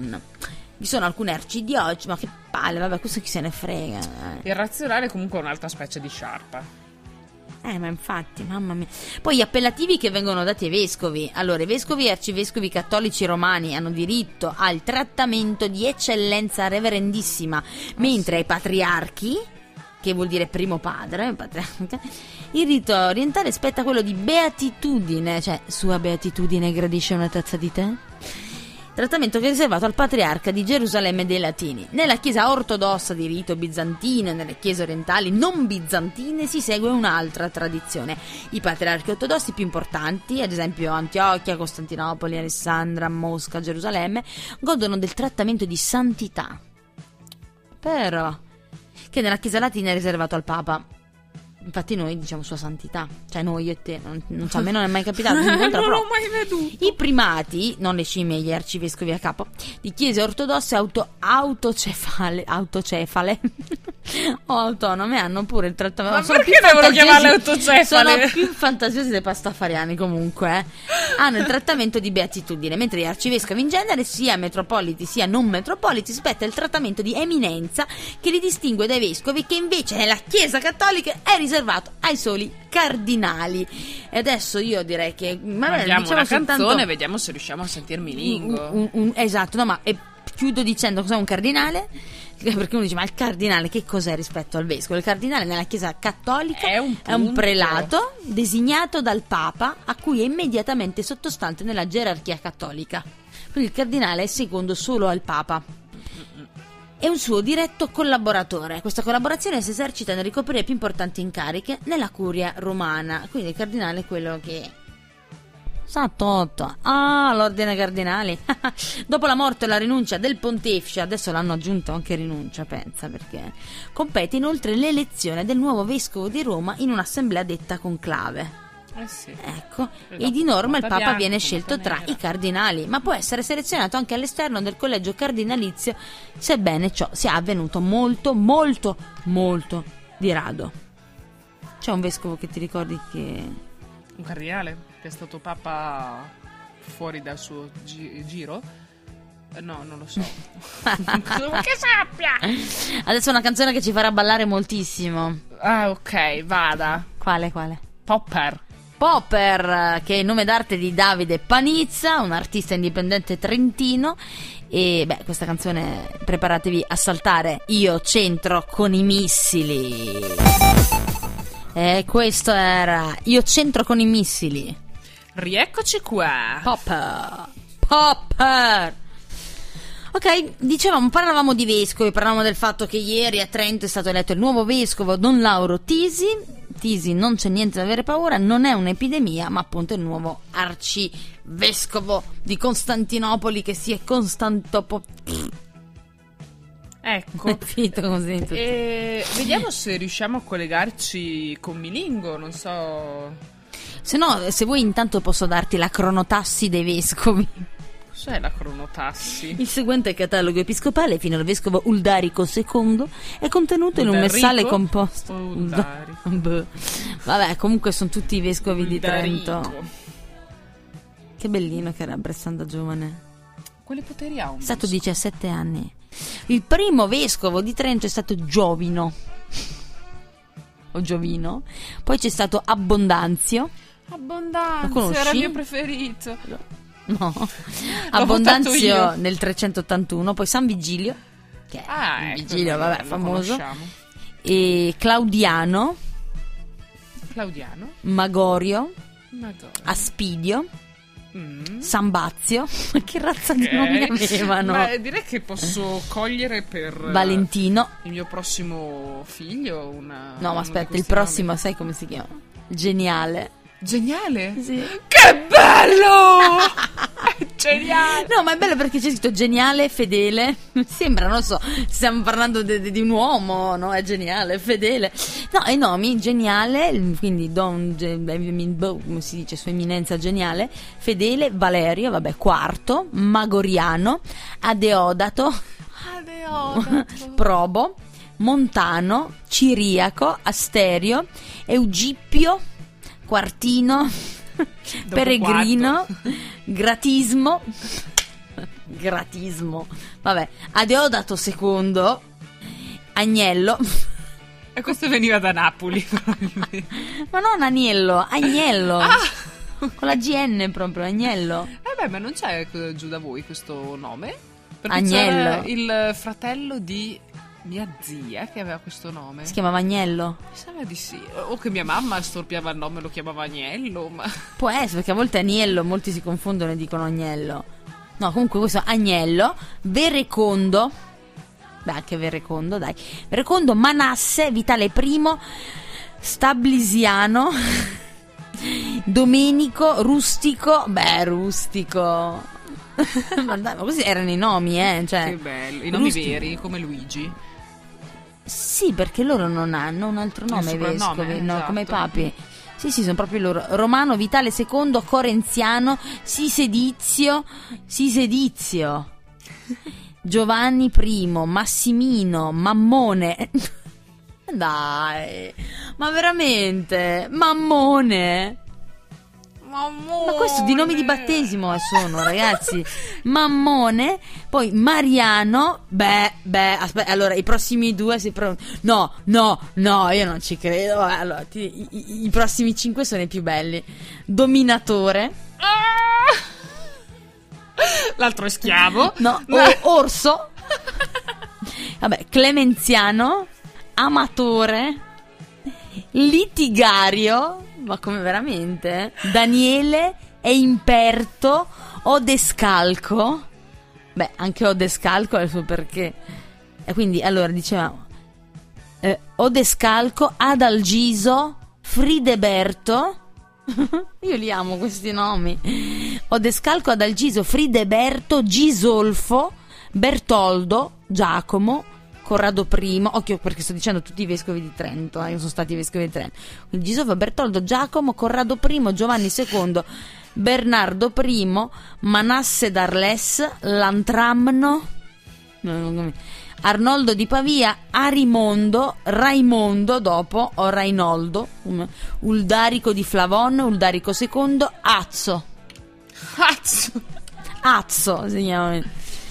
Vi sono alcune arcidiocesi, ma che palle, vabbè, questo chi se ne frega. Eh. Il razionale è comunque un'altra specie di sciarpa. Eh, ma infatti, mamma mia. Poi gli appellativi che vengono dati ai vescovi. Allora, i vescovi e arcivescovi cattolici romani hanno diritto al trattamento di eccellenza reverendissima, mentre ai patriarchi, che vuol dire primo padre, patriarca, il rito orientale spetta quello di beatitudine, cioè sua beatitudine gradisce una tazza di tè? Trattamento che è riservato al patriarca di Gerusalemme dei Latini. Nella chiesa ortodossa di rito bizantino e nelle chiese orientali non bizantine si segue un'altra tradizione. I patriarchi ortodossi più importanti, ad esempio Antiochia, Costantinopoli, Alessandria, Mosca, Gerusalemme, godono del trattamento di santità, però che nella chiesa latina è riservato al Papa. Infatti noi diciamo sua santità, cioè noi io e te, non, non so, a me non è mai capitato. Non l'ho mai veduto. I primati, non le scimmie, gli arcivescovi a capo, di chiese ortodosse auto, autocefale, autocefale o autonome hanno pure il trattamento. Ma sono perché devono chiamarle autocefale? Sono più fantasiosi dei pastafariani comunque, eh. Hanno il trattamento di beatitudine, mentre gli arcivescovi in genere, sia metropoliti sia non metropoliti, spetta il trattamento di eminenza che li distingue dai vescovi, che invece nella Chiesa cattolica è riservato ai soli cardinali. E adesso io direi che vabbè, diciamo una soltanto canzone, vediamo se riusciamo a sentirmi lingo. un, un, un, esatto, no, ma e chiudo dicendo cos'è un cardinale, perché uno dice ma il cardinale che cos'è rispetto al vescovo? Il cardinale nella Chiesa cattolica è un, è un prelato designato dal Papa a cui è immediatamente sottostante nella gerarchia cattolica. Quindi il cardinale è secondo solo al Papa. e un suo diretto collaboratore. Questa collaborazione si esercita nel ricoprire più importanti incariche nella curia romana. Quindi il cardinale è quello che sa tutto. Ah, l'ordine cardinali. Dopo la morte e la rinuncia del pontefice, adesso l'hanno aggiunto anche rinuncia, pensa, perché compete inoltre l'elezione del nuovo vescovo di Roma in un'assemblea detta conclave. Eh sì. Ecco, Esatto. e di norma il Nota Papa bianca, viene nota scelto tra nera. i cardinali, ma può essere selezionato anche all'esterno del collegio cardinalizio, sebbene ciò sia avvenuto molto, molto, molto di rado. C'è un vescovo che ti ricordi che... Un cardinale che è stato papa fuori dal suo gi- giro? Eh, No, non lo so. Che sappia! Adesso una canzone che ci farà ballare moltissimo. Ah, ok, vada. Quale, quale? Popper. Popper, che è il nome d'arte di Davide Panizza, un artista indipendente trentino. E beh, questa canzone, preparatevi a saltare. Io c'entro con i missili. E questo era Io c'entro con i missili. Rieccoci qua. Popper. Popper. Ok, dicevamo, parlavamo di vescovi, parlavamo del fatto che ieri a Trento è stato eletto il nuovo vescovo Don Lauro Tisi. Tisi, non c'è niente da avere paura, non è un'epidemia, ma appunto il nuovo arcivescovo di Costantinopoli, che si è Costantopo... Ecco. È finito così. E vediamo se riusciamo a collegarci con Milingo, non so. Se no, se vuoi intanto posso darti la cronotassi dei vescovi. Cos'è la cronotassi? Il seguente catalogo episcopale fino al vescovo Uldarico secondo è contenuto in un Uldarico messale composto. o Uldari? Boh. Vabbè, comunque sono tutti i vescovi di Trento. Uldarico. Che bellino che era Bressan da giovane. Quali poteri ha un È stato vescovo? diciassette anni. Il primo vescovo di Trento è stato Giovino. O Giovino. Poi c'è stato Abbondanzio. Lo Abbondanza, conosci? era il mio preferito. No. votato Abbondanzio io. nel trecentottantuno. Poi San Vigilio, che è Ah, un ecco, Vigilio, lo- vabbè, lo famoso. conosciamo. E Claudiano, Claudiano. Magorio, Madonna. Aspidio, Mm. Sambazio. Ma che razza di Ok. nomi avevano? Beh, direi che posso cogliere per eh, Valentino. il mio prossimo figlio una. No, ma uno di aspetta, il questi prossimo, nomi. sai come si chiama? Geniale. Geniale? Sì. Che bello! È geniale! No, ma è bello perché c'è scritto geniale, fedele. Sembra, non lo so, stiamo parlando de- de- di un uomo, no? È geniale, fedele. No, i nomi, geniale, quindi Don, Ge- boh, come si dice, sua eminenza geniale, fedele, Valerio, vabbè, quarto, Magoriano, Adeodato, Adeodato. Probo, Montano, Ciriaco, Asterio, Eugipio, Quartino, Peregrino, Gratismo, Gratismo, vabbè, Adeodato secondo, Agnello, E questo veniva da Napoli, probabilmente. ma non Agnello, Agnello, Ah! con la G N proprio, Agnello. Eh beh, ma non c'è eh, giù da voi questo nome? Perché Agnello. c'era il fratello di mia zia che aveva questo nome. Si chiamava Agnello? Mi sembra di sì. O che mia mamma storpiava il nome e lo chiamava Agnello, ma... Può essere, perché a volte Agnello, molti si confondono e dicono Agnello. No, comunque questo Agnello, Verecondo, beh anche Verecondo, dai, Verecondo, Manasse, Vitale I, Stablisiano, Domenico, Rustico, beh Rustico, ma dai, ma questi erano i nomi, eh, cioè, Che bello. I nomi Rustico. veri, come Luigi. Sì, perché loro non hanno un altro nome, i soprannome, vescovi, no, esatto. come i papi. Sì, sì, sono proprio loro. Romano, Vitale secondo, Corenziano, Sisedizio, Sisedizio, Giovanni I, Massimino, Mammone. Dai, ma veramente, Mammone. Ma questo di nomi di battesimo sono, ragazzi. Mammone, poi Mariano. Beh, beh, aspetta, allora i prossimi due si pro... No, no, no, io non ci credo. Allora, ti- i, i- i prossimi cinque sono i più belli. Dominatore. Ah! L'altro è schiavo. No, Ma- o- Orso. Vabbè, Clemenziano, Amatore, Litigario. Ma come veramente? Daniele è imperto, Odescalco. Beh, anche Odescalco ha il suo perché. E quindi, allora, dicevamo, eh, Odescalco, Adalgiso, Frideberto. Io li amo questi nomi. Odescalco, Adalgiso, Frideberto, Gisolfo, Bertoldo, Giacomo, Corrado I. Occhio, perché sto dicendo tutti i vescovi di Trento, eh, sono stati i vescovi di Trento. Quindi Gisolfo, Bertoldo, Giacomo, Corrado I, Giovanni secondo, Bernardo I, Manasse d'Arles, Lantramno, Arnoldo di Pavia, Arimondo, Raimondo dopo, o Rainoldo, Uldarico di Flavon, Uldarico secondo, Azzo. Azzo. Azzo, si chiama.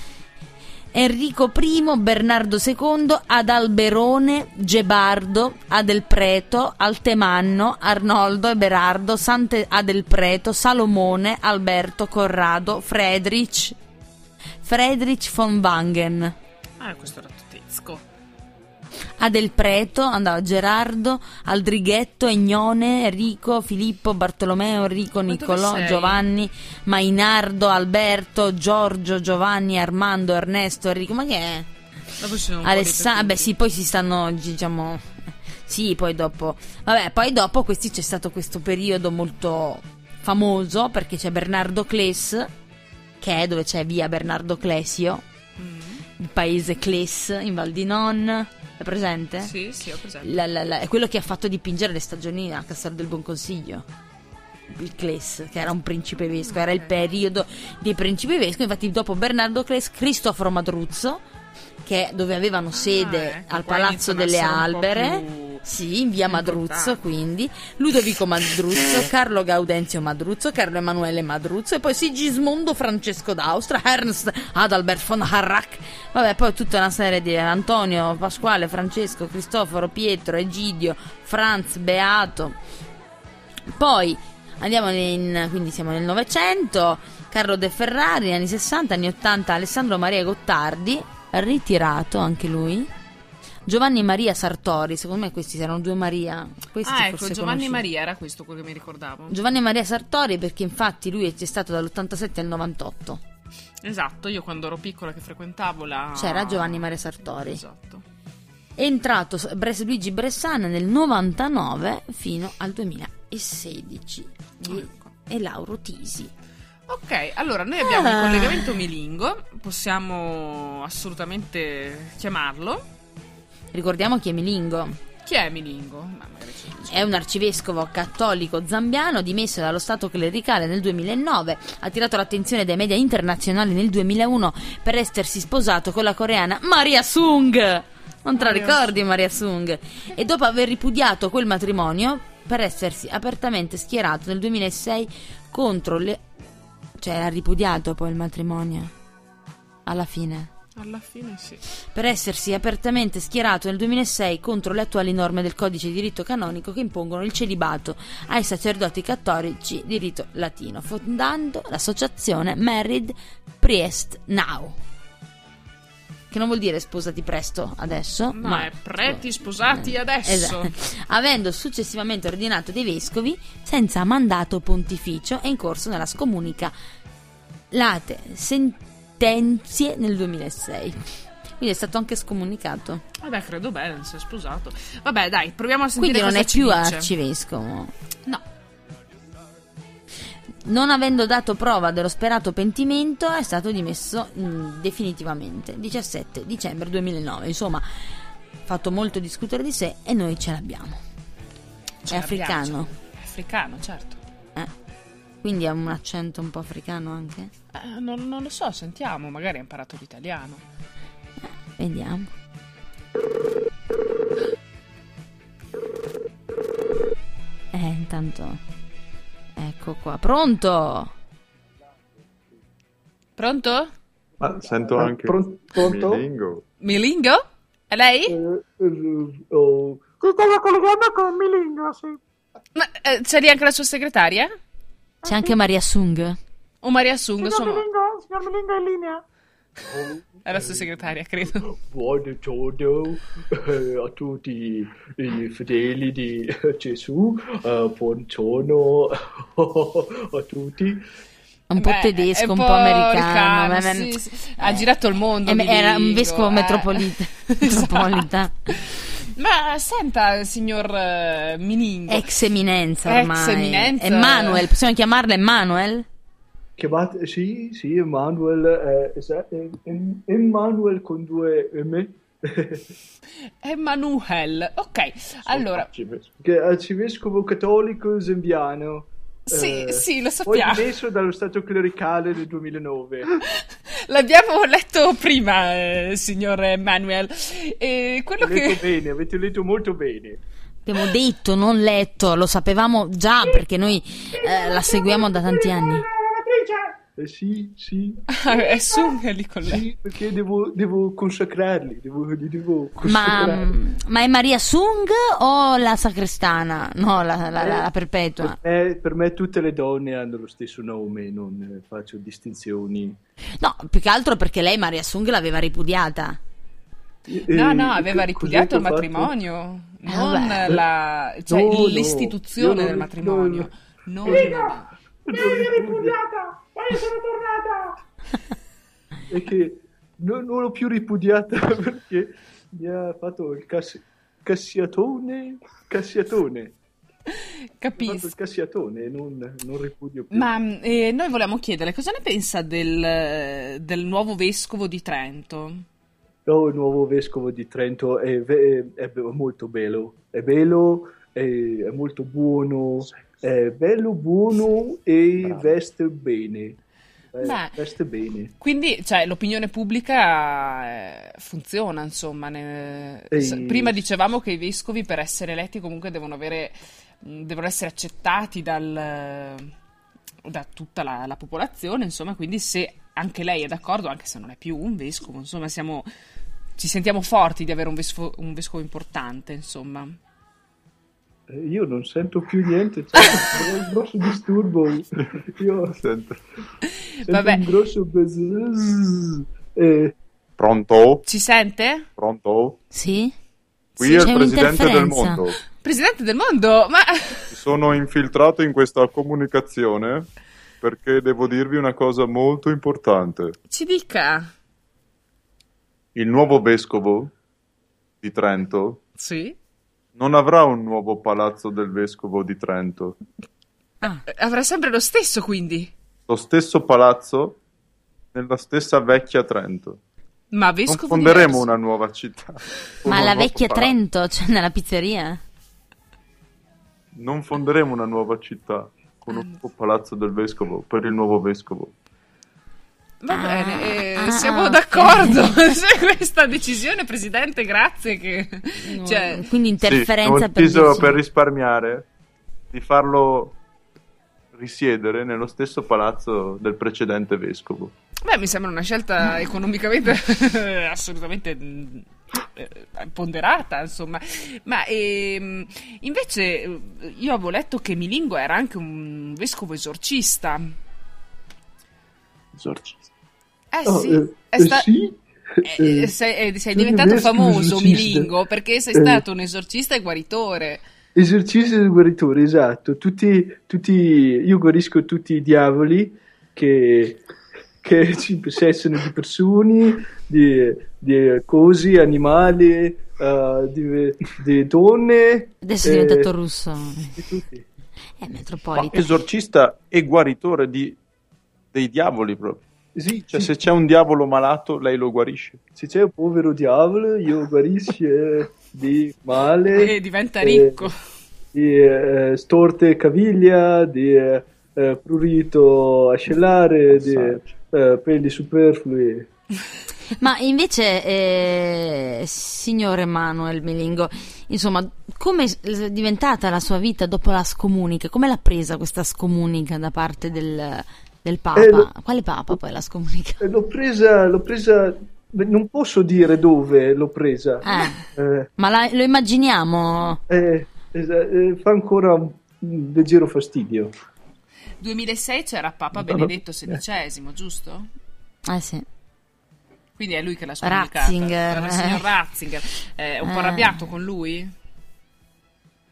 Enrico I, Bernardo secondo, Adalberone, Gebardo, Adelpreto, Altemanno, Arnoldo, Eberardo, Sante Adelpreto, Salomone, Alberto, Corrado, Friedrich, Friedrich von Wangen. Ah, questo era tedesco. Adelpreto, andava Gerardo, Aldrighetto, Egnone, Enrico, Filippo, Bartolomeo, Enrico, Nicolò, Giovanni, Mainardo, Alberto, Giorgio, Giovanni, Armando, Ernesto, Enrico. Ma che è? Alessandro, beh sì, poi si stanno, diciamo, sì, poi dopo, vabbè, poi dopo questi c'è stato questo periodo molto famoso perché c'è Bernardo Cles, che è dove c'è via Bernardo Clesio, mm. il paese Cles in Val di Non. È presente? Sì, sì, ho presente. La, la, la, è quello che ha fatto dipingere le stagioni a Castello del Buon Consiglio. Il Cles, che era un principe vescovo, era il periodo dei principi vescovi. Infatti, dopo Bernardo Cles, Cristoforo Madruzzo, che dove avevano sede ah, ecco, al Palazzo delle Albere, sì, in via Madruzzo, quindi Ludovico Madruzzo, Carlo Gaudenzio Madruzzo, Carlo Emanuele Madruzzo e poi Sigismondo Francesco d'Austria, Ernst Adalbert von Harrach, vabbè, poi tutta una serie di Antonio, Pasquale, Francesco, Cristoforo, Pietro, Egidio, Franz, Beato. Poi andiamo in, quindi siamo nel Novecento, Carlo De Ferrari, anni sessanta, anni ottanta, Alessandro Maria Gottardi, ritirato anche lui, Giovanni Maria Sartori, secondo me questi erano due Maria. Questi ah, ecco, Giovanni conosciuti. Maria era questo quello che mi ricordavo. Giovanni Maria Sartori, perché infatti lui è stato dall'ottantasette al novantotto. Esatto, io quando ero piccola che frequentavo la... c'era Giovanni Maria Sartori. Esatto. È entrato Bres- Luigi Bressan nel novantanove fino al duemilasedici di ecco. E Lauro Tisi. Ok, allora noi abbiamo ah. il collegamento Milingo, possiamo assolutamente chiamarlo. Ricordiamo chi è Milingo. Chi è Milingo? È un arcivescovo cattolico zambiano dimesso dallo stato clericale nel duemilanove. Ha attirato l'attenzione dei media internazionali nel duemilauno per essersi sposato con la coreana Maria Sung. Non te la ricordi Maria Sung? E dopo aver ripudiato quel matrimonio per essersi apertamente schierato nel duemilasei contro le... cioè ha ripudiato poi il matrimonio alla fine. Alla fine sì. Per essersi apertamente schierato nel duemilasei contro le attuali norme del codice di diritto canonico che impongono il celibato ai sacerdoti cattolici di rito latino, fondando l'associazione Married Priest Now, che non vuol dire sposati presto adesso, no, ma è preti sposati eh, adesso, esatto. Avendo successivamente ordinato dei vescovi senza mandato pontificio e in corso nella scomunica late sentenze nel duemilasei. Quindi è stato anche scomunicato. Vabbè, credo bene, si è sposato. Vabbè, dai, proviamo a sentire. Quindi non cosa è più dice. arcivescovo. No. Non avendo dato prova dello sperato pentimento, è stato dimesso mh, definitivamente diciassette dicembre duemilanove. Insomma, fatto molto discutere di sé e noi ce l'abbiamo. Ce è l'abbiamo, africano. È africano, certo. Eh. Quindi ha un accento un po' africano anche? Eh, non, non lo so, sentiamo, magari ha imparato l'italiano. Eh, vediamo. Eh, intanto... Ecco qua, pronto? Pronto? Ma sento anche Pron- pronto? Milingo. Milingo? È lei? Eh, eh, oh. Ti stavo collegando con Milingo, sì. Ma eh, c'è lì anche la sua segretaria? C'è anche Maria Sung. O Maria Sung, Signor insomma. Milingo, signor Milingo è in linea. È la sua segretaria, credo. Buongiorno eh, a tutti i fedeli di Gesù, eh, buongiorno a tutti. Un po' Beh, tedesco, è un po' americano. americano, Beh, beh, sì, sì. Ha girato il mondo. eh, era un Milingo, vescovo eh. metropolita. metropolita. Ma senta, signor eh, Milingo. Ex eminenza ormai. Ex eminenza. Emanuel, possiamo chiamarla Emanuel? Chiamate, sì, sì, Emanuel, eh, esa- eh, em- Emanuel con due M. Emanuel. Ok, allora. Che è arcivescovo cattolico zembiano. Sì, eh, sì, lo Poi sappiamo. dimesso dallo stato clericale nel duemilanove. L'abbiamo letto prima, eh, signor Emanuel. E quello Avete letto che... bene, avete letto molto bene. Abbiamo detto, non letto, lo sapevamo già perché noi eh, la seguiamo da tanti anni. Eh sì, sì, è su lì con lei. sì, perché devo, devo consacrarli, devo, li devo Ma, consacrarli. ma è Maria Sung o la sacrestana? No, la, la- la- la perpetua. Per me, per me tutte le donne hanno lo stesso nome, non eh, faccio distinzioni. No, più che altro perché lei Maria Sung l'aveva ripudiata. No, Eh, no, aveva cos'è ripudiato che il ho fatto? matrimonio, non vabbè. la, cioè No, no, l'istituzione io del non- matrimonio. no, Non, Non ripudiata! Ma io sono tornata! È che non, non l'ho più ripudiata perché mi ha fatto il cass- cassiatone. Cassiatone. Mi ha fatto capisco. il cassiatone, non, non ripudio più. Ma eh, noi volevamo chiedere cosa ne pensa del, del nuovo vescovo di Trento? Oh, il nuovo vescovo di Trento è, ve- è be- molto bello. È bello, è, è molto buono. È bello, buono e veste bene. Eh, Beh. veste bene. Quindi, cioè, l'opinione pubblica eh, funziona, insomma. ne- Ehi. s- Prima dicevamo che i vescovi per essere eletti comunque devono avere, mh, devono essere accettati dal, da tutta la, la popolazione, insomma, quindi se anche lei è d'accordo, anche se non è più un vescovo, insomma, siamo, ci sentiamo forti di avere un vescovo, un vescovo importante, insomma. Eh, Io non sento più niente, c'è un grosso disturbo. Io sento, sento Vabbè. un grosso buzz. Eh, Pronto? Ci sente? Pronto? Sì? Qui Sì, è c'è il presidente del un'interferenza. mondo. Presidente del mondo, ma... Mi sono infiltrato in questa comunicazione perché devo dirvi una cosa molto importante. Ci dica. Il nuovo vescovo di Trento Sì? non avrà un nuovo palazzo del vescovo di Trento. Ah, Avrà sempre lo stesso, quindi. Lo stesso palazzo nella stessa vecchia Trento. Ma Non vescovo fonderemo diverso. una nuova città. con ma un la nuovo vecchia palazzo. Trento, cioè nella pizzeria? Non fonderemo una nuova città con un nuovo palazzo del vescovo per il nuovo vescovo. Va Ah, bene, eh, ah, siamo ok. d'accordo su questa decisione, Presidente, grazie che... No, Cioè, quindi Sì, interferenza ho per deciso dieci- per risparmiare di farlo risiedere nello stesso palazzo del precedente vescovo. beh, mi sembra una scelta economicamente assolutamente mh, eh, ponderata, insomma. Ma ehm, invece eh, io avevo letto che Milingo era anche un vescovo esorcista. esorcista. Eh Oh, sì, eh, è eh, sta- sì? eh, Eh, sei, eh, sei sono diventato vescovo famoso, esorcista. Milingo, perché sei Eh. stato un esorcista e guaritore. Esercizio del guaritore, esatto. Tutti, tutti, io guarisco tutti i diavoli che, che ci possessano di persone, di, di cose, animali, eh, di, di donne. Adesso è eh, diventato russo. di tutti. È Ma metropolita. esorcista e guaritore di, dei diavoli proprio. Sì, Cioè, sì. se c'è un diavolo malato, lei lo guarisce. Se c'è un povero diavolo, io guarisco eh, di male. E diventa ricco. Di eh, storte caviglia, di eh, eh, prurito ascellare, di eh, peli superflui. Ma invece, eh, signor Emanuel Milingo, insomma, come è diventata la sua vita dopo la scomunica? Come l'ha presa questa scomunica da parte del, del Papa? Eh, lo- Quale Papa poi la scomunica? Eh, L'ho presa, l'ho presa, beh, non posso dire dove l'ho presa. Eh, Eh, ma la- lo immaginiamo? eh, esa- eh, fa ancora un, un leggero fastidio. duemilasei c'era Papa Benedetto sedicesimo, giusto? Eh sì. Quindi è lui che l'ha scomunicata. Ratzinger, Era il eh. signor Ratzinger. È un po' Eh. arrabbiato con lui?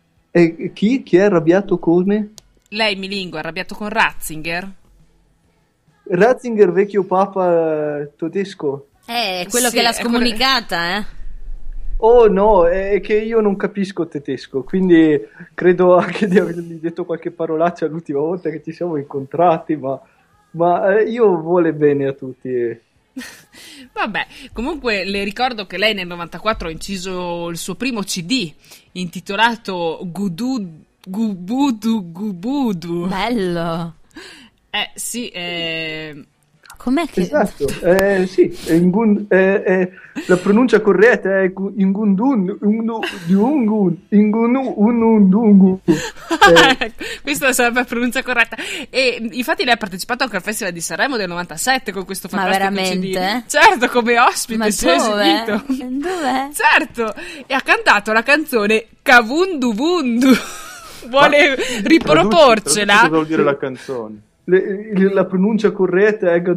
E chi? Chi è arrabbiato come? Lei, Milingo, è arrabbiato con Ratzinger? Ratzinger, vecchio papa eh, tedesco. Eh, è quello Sì, che l'ha è quello- scomunicata, eh. Oh no, è che io non capisco tedesco, quindi credo anche di avergli detto qualche parolaccia l'ultima volta che ci siamo incontrati, ma, ma eh, io vuole bene a tutti. Vabbè, comunque le ricordo che lei nel novantaquattro ha inciso il suo primo C D intitolato Gudu Gubudu Gubudu. Bello. Eh sì, eh, Com'è che... Esatto, eh, sì, è Ingun- eh, eh, la pronuncia corretta è Gu- Ingundun, Undu- Diungun, Ingunu, Unundungu. Eh, questa sarebbe la pronuncia corretta. E infatti lei ha partecipato anche al Festival di Sanremo del novantasette con questo Ma fantastico veramente? C D. Certo, come ospite Ma si è dove? esibito. Dov'è? Certo, e ha cantato la canzone Kavundu Vundu. Vuole Traduci- riproporcela. traduci cosa vuol dire la canzone? le- le- la pronuncia corretta è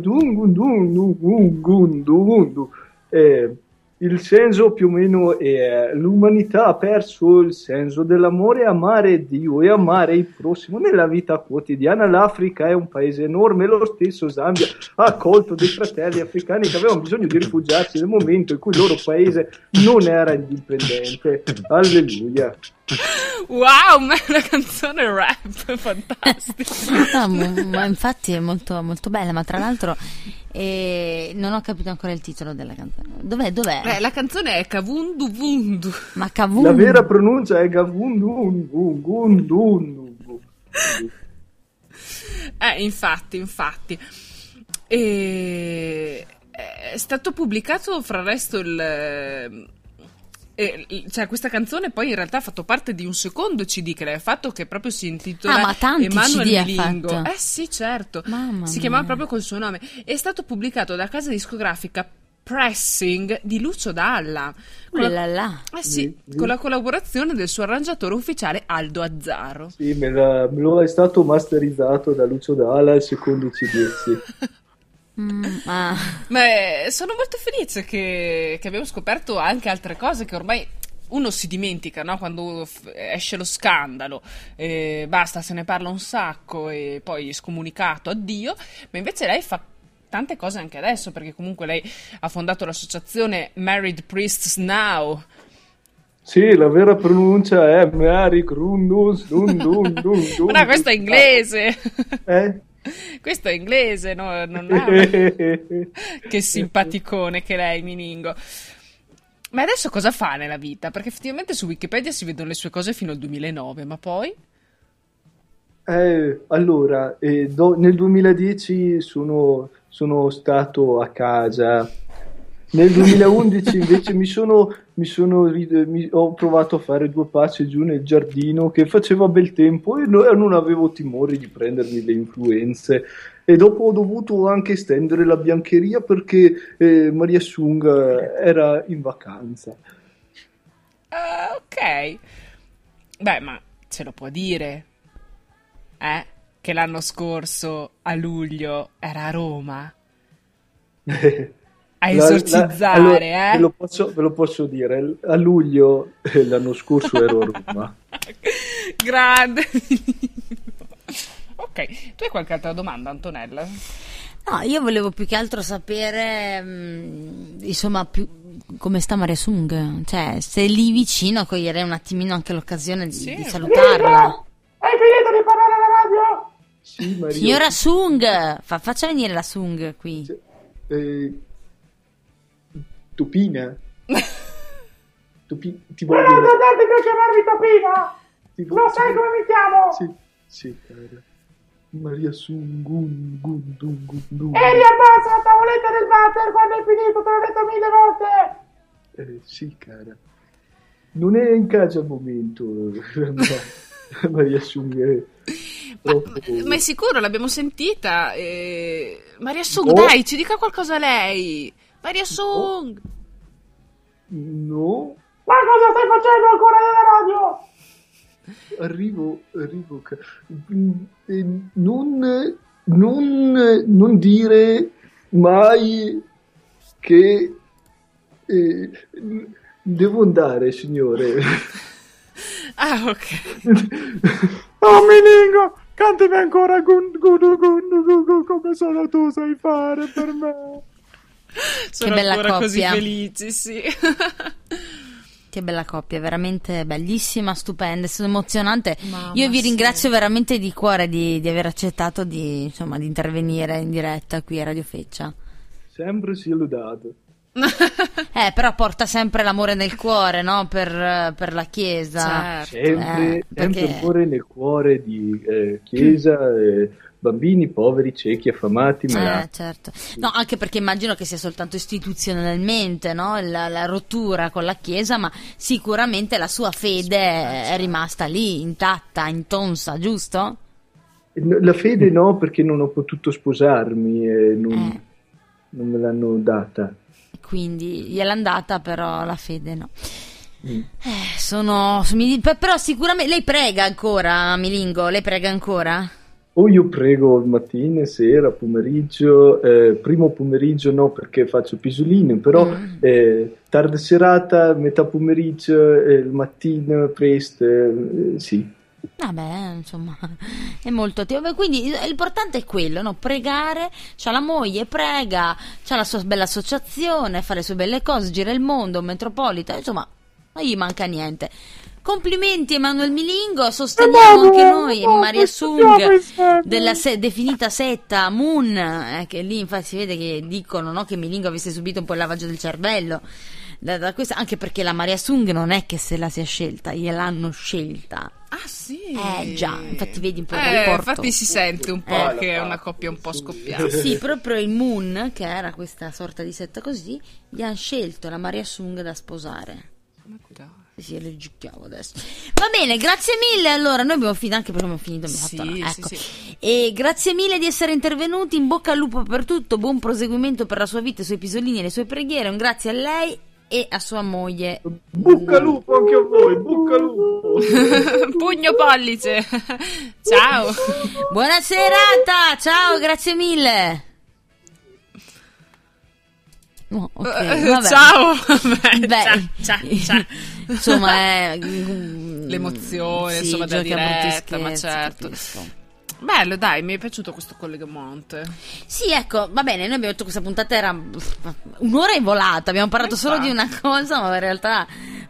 Gadungundu. Eh, il senso più o meno è l'umanità ha perso il senso dell'amore, amare Dio e amare il prossimo nella vita quotidiana. L'Africa è un paese enorme, lo stesso Zambia ha accolto dei fratelli africani che avevano bisogno di rifugiarsi nel momento in cui il loro paese non era indipendente. Alleluia. Wow, ma è una canzone rap fantastica. No, ma- ma infatti è molto, molto bella, ma tra l'altro eh, non ho capito ancora il titolo della canzone. Dov'è? Dov'è? Eh, la canzone è Kavundu Vundu. Ma Cavun. La vera pronuncia è Gavundungungundu. Eh, infatti, infatti. E... È stato pubblicato fra il resto il... E, cioè questa canzone poi in realtà ha fatto parte di un secondo C D che lei ha fatto che proprio si intitola Ah, ma tanti Emanuel C D ha Milingo. fatto. Eh sì, certo. Mamma si mia. chiamava proprio col suo nome. È stato pubblicato da casa discografica Pressing di Lucio Dalla. Con la, là là. eh sì, con la collaborazione del suo arrangiatore ufficiale Aldo Azzaro. Sì, me, la- me lo è stato masterizzato da Lucio Dalla il secondo C D, sì. Mm, ah. Ma eh, sono molto felice che, che abbiamo scoperto anche altre cose che ormai uno si dimentica, no? Quando f- esce lo scandalo, eh, basta, se ne parla un sacco e poi è scomunicato, addio, ma invece lei fa tante cose anche adesso, perché comunque lei ha fondato l'associazione Married Priests Now. Sì, la vera pronuncia è Mary Grundus Dun Dun Dun Dun. Ma no, questo è inglese. Eh? Questo è inglese, no? Non è... Che simpaticone che lei, Miningo. Ma adesso cosa fa nella vita? Perché effettivamente su Wikipedia si vedono le sue cose fino al duemilanove, ma poi? Eh, allora, eh, do- nel duemiladieci sono, sono stato a casa. Nel duemilaundici invece mi sono, mi sono ri- mi- ho provato a fare due passi giù nel giardino che faceva bel tempo e no- e non avevo timore di prendermi le influenze. E dopo ho dovuto anche stendere la biancheria perché eh, Maria Sung eh, era in vacanza. Ah, ok. Beh, ma ce lo può dire, eh? Che l'anno scorso, a luglio, era a Roma a La- esorcizzare, la- allora, eh? ve lo posso, ve lo posso dire, a luglio eh, l'anno scorso ero a Roma. Grande. Ok, tu hai qualche altra domanda, Antonella? No, io volevo più che altro sapere, mm, insomma, più come sta Maria Sung. Cioè, se lì vicino coglierei un attimino anche l'occasione di, Sì. di salutarla. Hai finito di parlare alla radio? Sì, Maria. Signora Sung, fa- faccia venire la Sung qui. Eh, Topina? Topi- ti voglio Però dire- non darti per chiamarmi Topina! ti Lo voglio- sai come mi chiamo? Sì, sì, cara. Maria Sung, gun, gun, dun, gun, dun. Eri abbassa la tavoletta del water quando hai finito, te l'ho detto mille volte! Eh, sì, cara. Non è in casa al momento. No. Maria Sung è Ma, troppo... ma è sicuro, l'abbiamo sentita. eh, Maria Sung, No. dai, ci dica qualcosa lei. Maria Sung. No, Ma cosa stai facendo ancora nella radio? arrivo, arrivo. ca- Mm, eh, Non, non, non dire mai che eh, devo andare, signore. Ah, ok. Oh, Milingo, cantami ancora gun, gun, gun, gun, gun, come come solo tu sai fare per me. Sono bella ancora coppia. così felici, sì. Che bella coppia, veramente bellissima, stupenda, è stato emozionante. Mamma, Io vi sì. ringrazio veramente di cuore di, di aver accettato di, insomma, di intervenire in diretta qui a Radio Feccia. Sempre sia lodato. Eh, però porta sempre l'amore nel cuore, no? Per, per la Chiesa. Certo. Sempre, Eh, sempre perché- amore nel cuore di eh, chiesa, eh, bambini poveri, ciechi, affamati, malati. Eh, certo. No, anche perché immagino che sia soltanto istituzionalmente, no? La, la rottura con la Chiesa, ma sicuramente la sua fede è rimasta lì, intatta, intonsa, giusto? La fede no, perché non ho potuto sposarmi e non, Eh. non me l'hanno data. Quindi gliel'è andata, però la fede no. Mm. Eh, sono, mi- però sicuramente lei prega ancora, Milingo, lei prega ancora? O io prego mattina, sera, pomeriggio, eh, primo pomeriggio no perché faccio pisoline, però Mm. eh, tarda serata, metà pomeriggio, eh, il mattino, presto, eh, sì. Vabbè, insomma, è molto attivo. Beh, quindi l'importante è quello, no? Pregare, c'ha la moglie, prega, c'ha la sua bella associazione, fa le sue belle cose, gira il mondo, metropolita, insomma, non gli manca niente. Complimenti Emanuele Milingo, sosteniamo anche noi Maria Sung della se- definita setta Moon, eh, che lì infatti si vede che dicono, no, che Milingo avesse subito un po' il lavaggio del cervello da, da questa, anche perché la Maria Sung non è che se la sia scelta, gliel'hanno scelta. Ah sì. Eh già, infatti vedi un po' il Eh, rapporto. infatti si sente un po' Eh. che è una coppia un po' scoppiata. Sì, proprio il Moon, che era questa sorta di setta così, gli hanno scelto la Maria Sung da sposare. Ma dai. Sì, leggiucchiamo adesso. Va bene, grazie mille. Allora, noi abbiamo finito, anche perché abbiamo finito. Abbiamo Sì, fatto, no, sì, ecco. sì. E grazie mille di essere intervenuti. In bocca al lupo per tutto. Buon proseguimento per la sua vita, i suoi pisolini e le sue preghiere. Un grazie a lei e a sua moglie. Bucca lupo anche a voi, bucca lupo! Pugno pollice. Ciao. Buona serata. Ciao, grazie mille. No, ok, Eh, vabbè. Ciao. Beh, Beh, ciao, ciao, ciao. insomma, è L'emozione, sì, insomma, della giochi a brutti diretta, ma scherzi, certo. capisco. Bello, dai, mi è piaciuto questo collegamento. Sì, ecco, va bene, noi abbiamo detto che questa puntata era un'ora è volata, abbiamo parlato Ma solo di infatti. una cosa, ma in realtà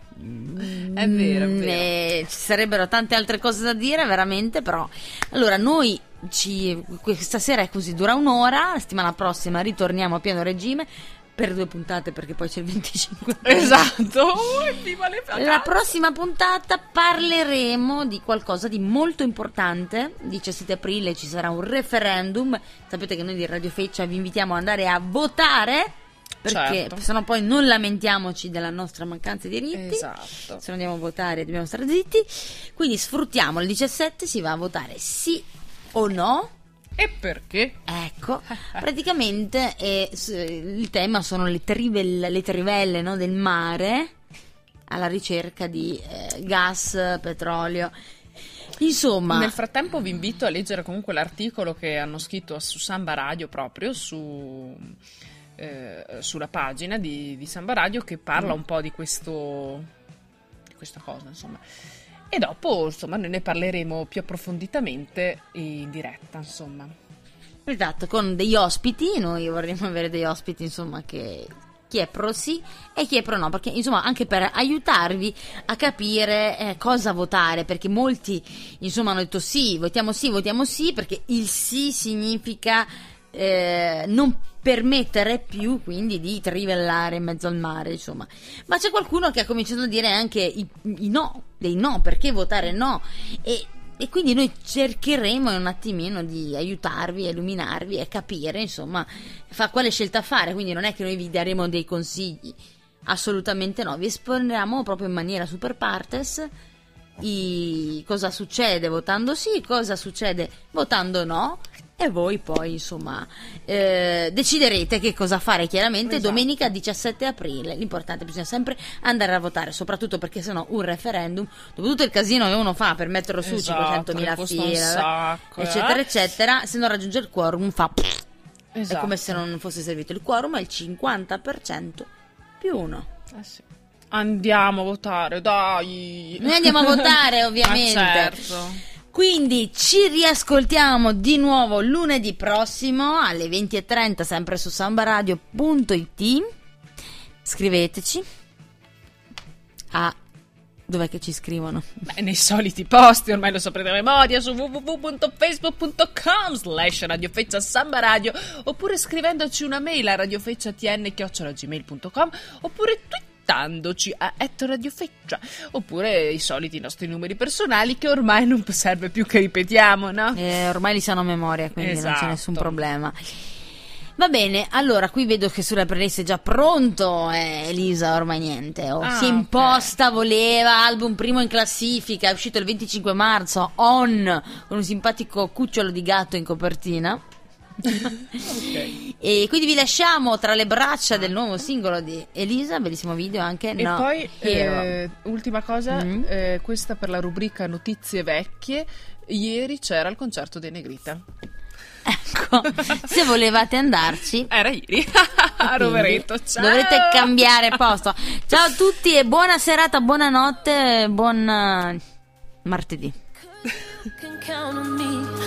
È vero, è mm, vero. eh, ci sarebbero tante altre cose da dire, veramente, però allora noi ci questa sera è così, dura un'ora, la settimana prossima ritorniamo a pieno regime per due puntate perché poi c'è il venticinque. Esatto. Oh, viva le La vacanze. prossima puntata parleremo di qualcosa di molto importante. diciassette aprile ci sarà un referendum. Sapete che noi di Radio Feccia vi invitiamo ad andare a votare, perché Certo. sennò poi non lamentiamoci della nostra mancanza di diritti. Esatto. Se non andiamo a votare dobbiamo stare zitti. Quindi sfruttiamo il diciassette, si va a votare sì o no. E perché? Ecco, praticamente eh, s- il tema sono le trivelle, le trivelle, no, del mare alla ricerca di eh, gas, petrolio. Insomma, Nel frattempo vi invito a leggere comunque l'articolo che hanno scritto su Samba Radio proprio su, eh, sulla pagina di, di Samba Radio che parla un po' di questo di questa cosa, insomma. E dopo, insomma, noi ne parleremo più approfonditamente in diretta, insomma. esatto, con degli ospiti, noi vorremmo avere degli ospiti, insomma, che chi è pro sì e chi è pro no, perché insomma anche per aiutarvi a capire eh, cosa votare, perché molti insomma hanno detto sì, votiamo sì, votiamo sì, perché il sì significa eh, non permettere più quindi di trivellare in mezzo al mare, insomma. Ma c'è qualcuno che ha cominciato a dire anche i, i no, dei no, perché votare no, e E quindi noi cercheremo un attimino di aiutarvi, illuminarvi e capire, insomma, fa, quale scelta fare. Quindi non è che noi vi daremo dei consigli, assolutamente no. Vi esponiamo proprio in maniera super partes i, cosa succede votando sì, cosa succede votando no. E voi poi, insomma, eh, deciderete che cosa fare, chiaramente. Esatto. Domenica diciassette aprile. L'importante è bisogna sempre andare a votare, soprattutto perché sennò un referendum, dopo tutto il casino che uno fa per metterlo su, Esatto, cinquecentomila che costa un file, sacco, eccetera, eh. eccetera, se non raggiunge il quorum fa... Esatto. È come se non fosse servito. Il quorum è il cinquanta per cento più uno. Eh sì. Andiamo a votare, dai. Noi andiamo a votare, ovviamente. Ma certo. Quindi ci riascoltiamo di nuovo lunedì prossimo alle venti e trenta, sempre su sambaradio punto it. Scriveteci a... dov'è che ci scrivono? Beh, nei soliti posti, ormai lo saprete a memoria, su w w w punto facebook punto com slash radiofeccia samba radio, oppure scrivendoci una mail a radiofecciatn chiocciola gmail punto com, oppure twittandoci a et radiofeccia, oppure i soliti nostri numeri personali che ormai non serve più che ripetiamo, no? Eh, ormai li sanno a memoria, quindi Esatto. non c'è nessun problema. Va bene, allora qui vedo che sulla playlist è già pronto, eh, Elisa ormai niente, oh, Ah, si è imposta, voleva, album primo in classifica, è uscito il venticinque marzo, On, con un simpatico cucciolo di gatto in copertina. Ok. E quindi vi lasciamo tra le braccia del nuovo singolo di Elisa, bellissimo video anche. E No, poi, Hero. eh, ultima cosa, Mm. eh, questa per la rubrica Notizie Vecchie, ieri c'era il concerto dei Negrita. Ecco, se volevate andarci Era ieri a Rovereto. Ciao. dovrete cambiare posto. Ciao a tutti e buona serata, buonanotte, buon eh, martedì. Can count on me.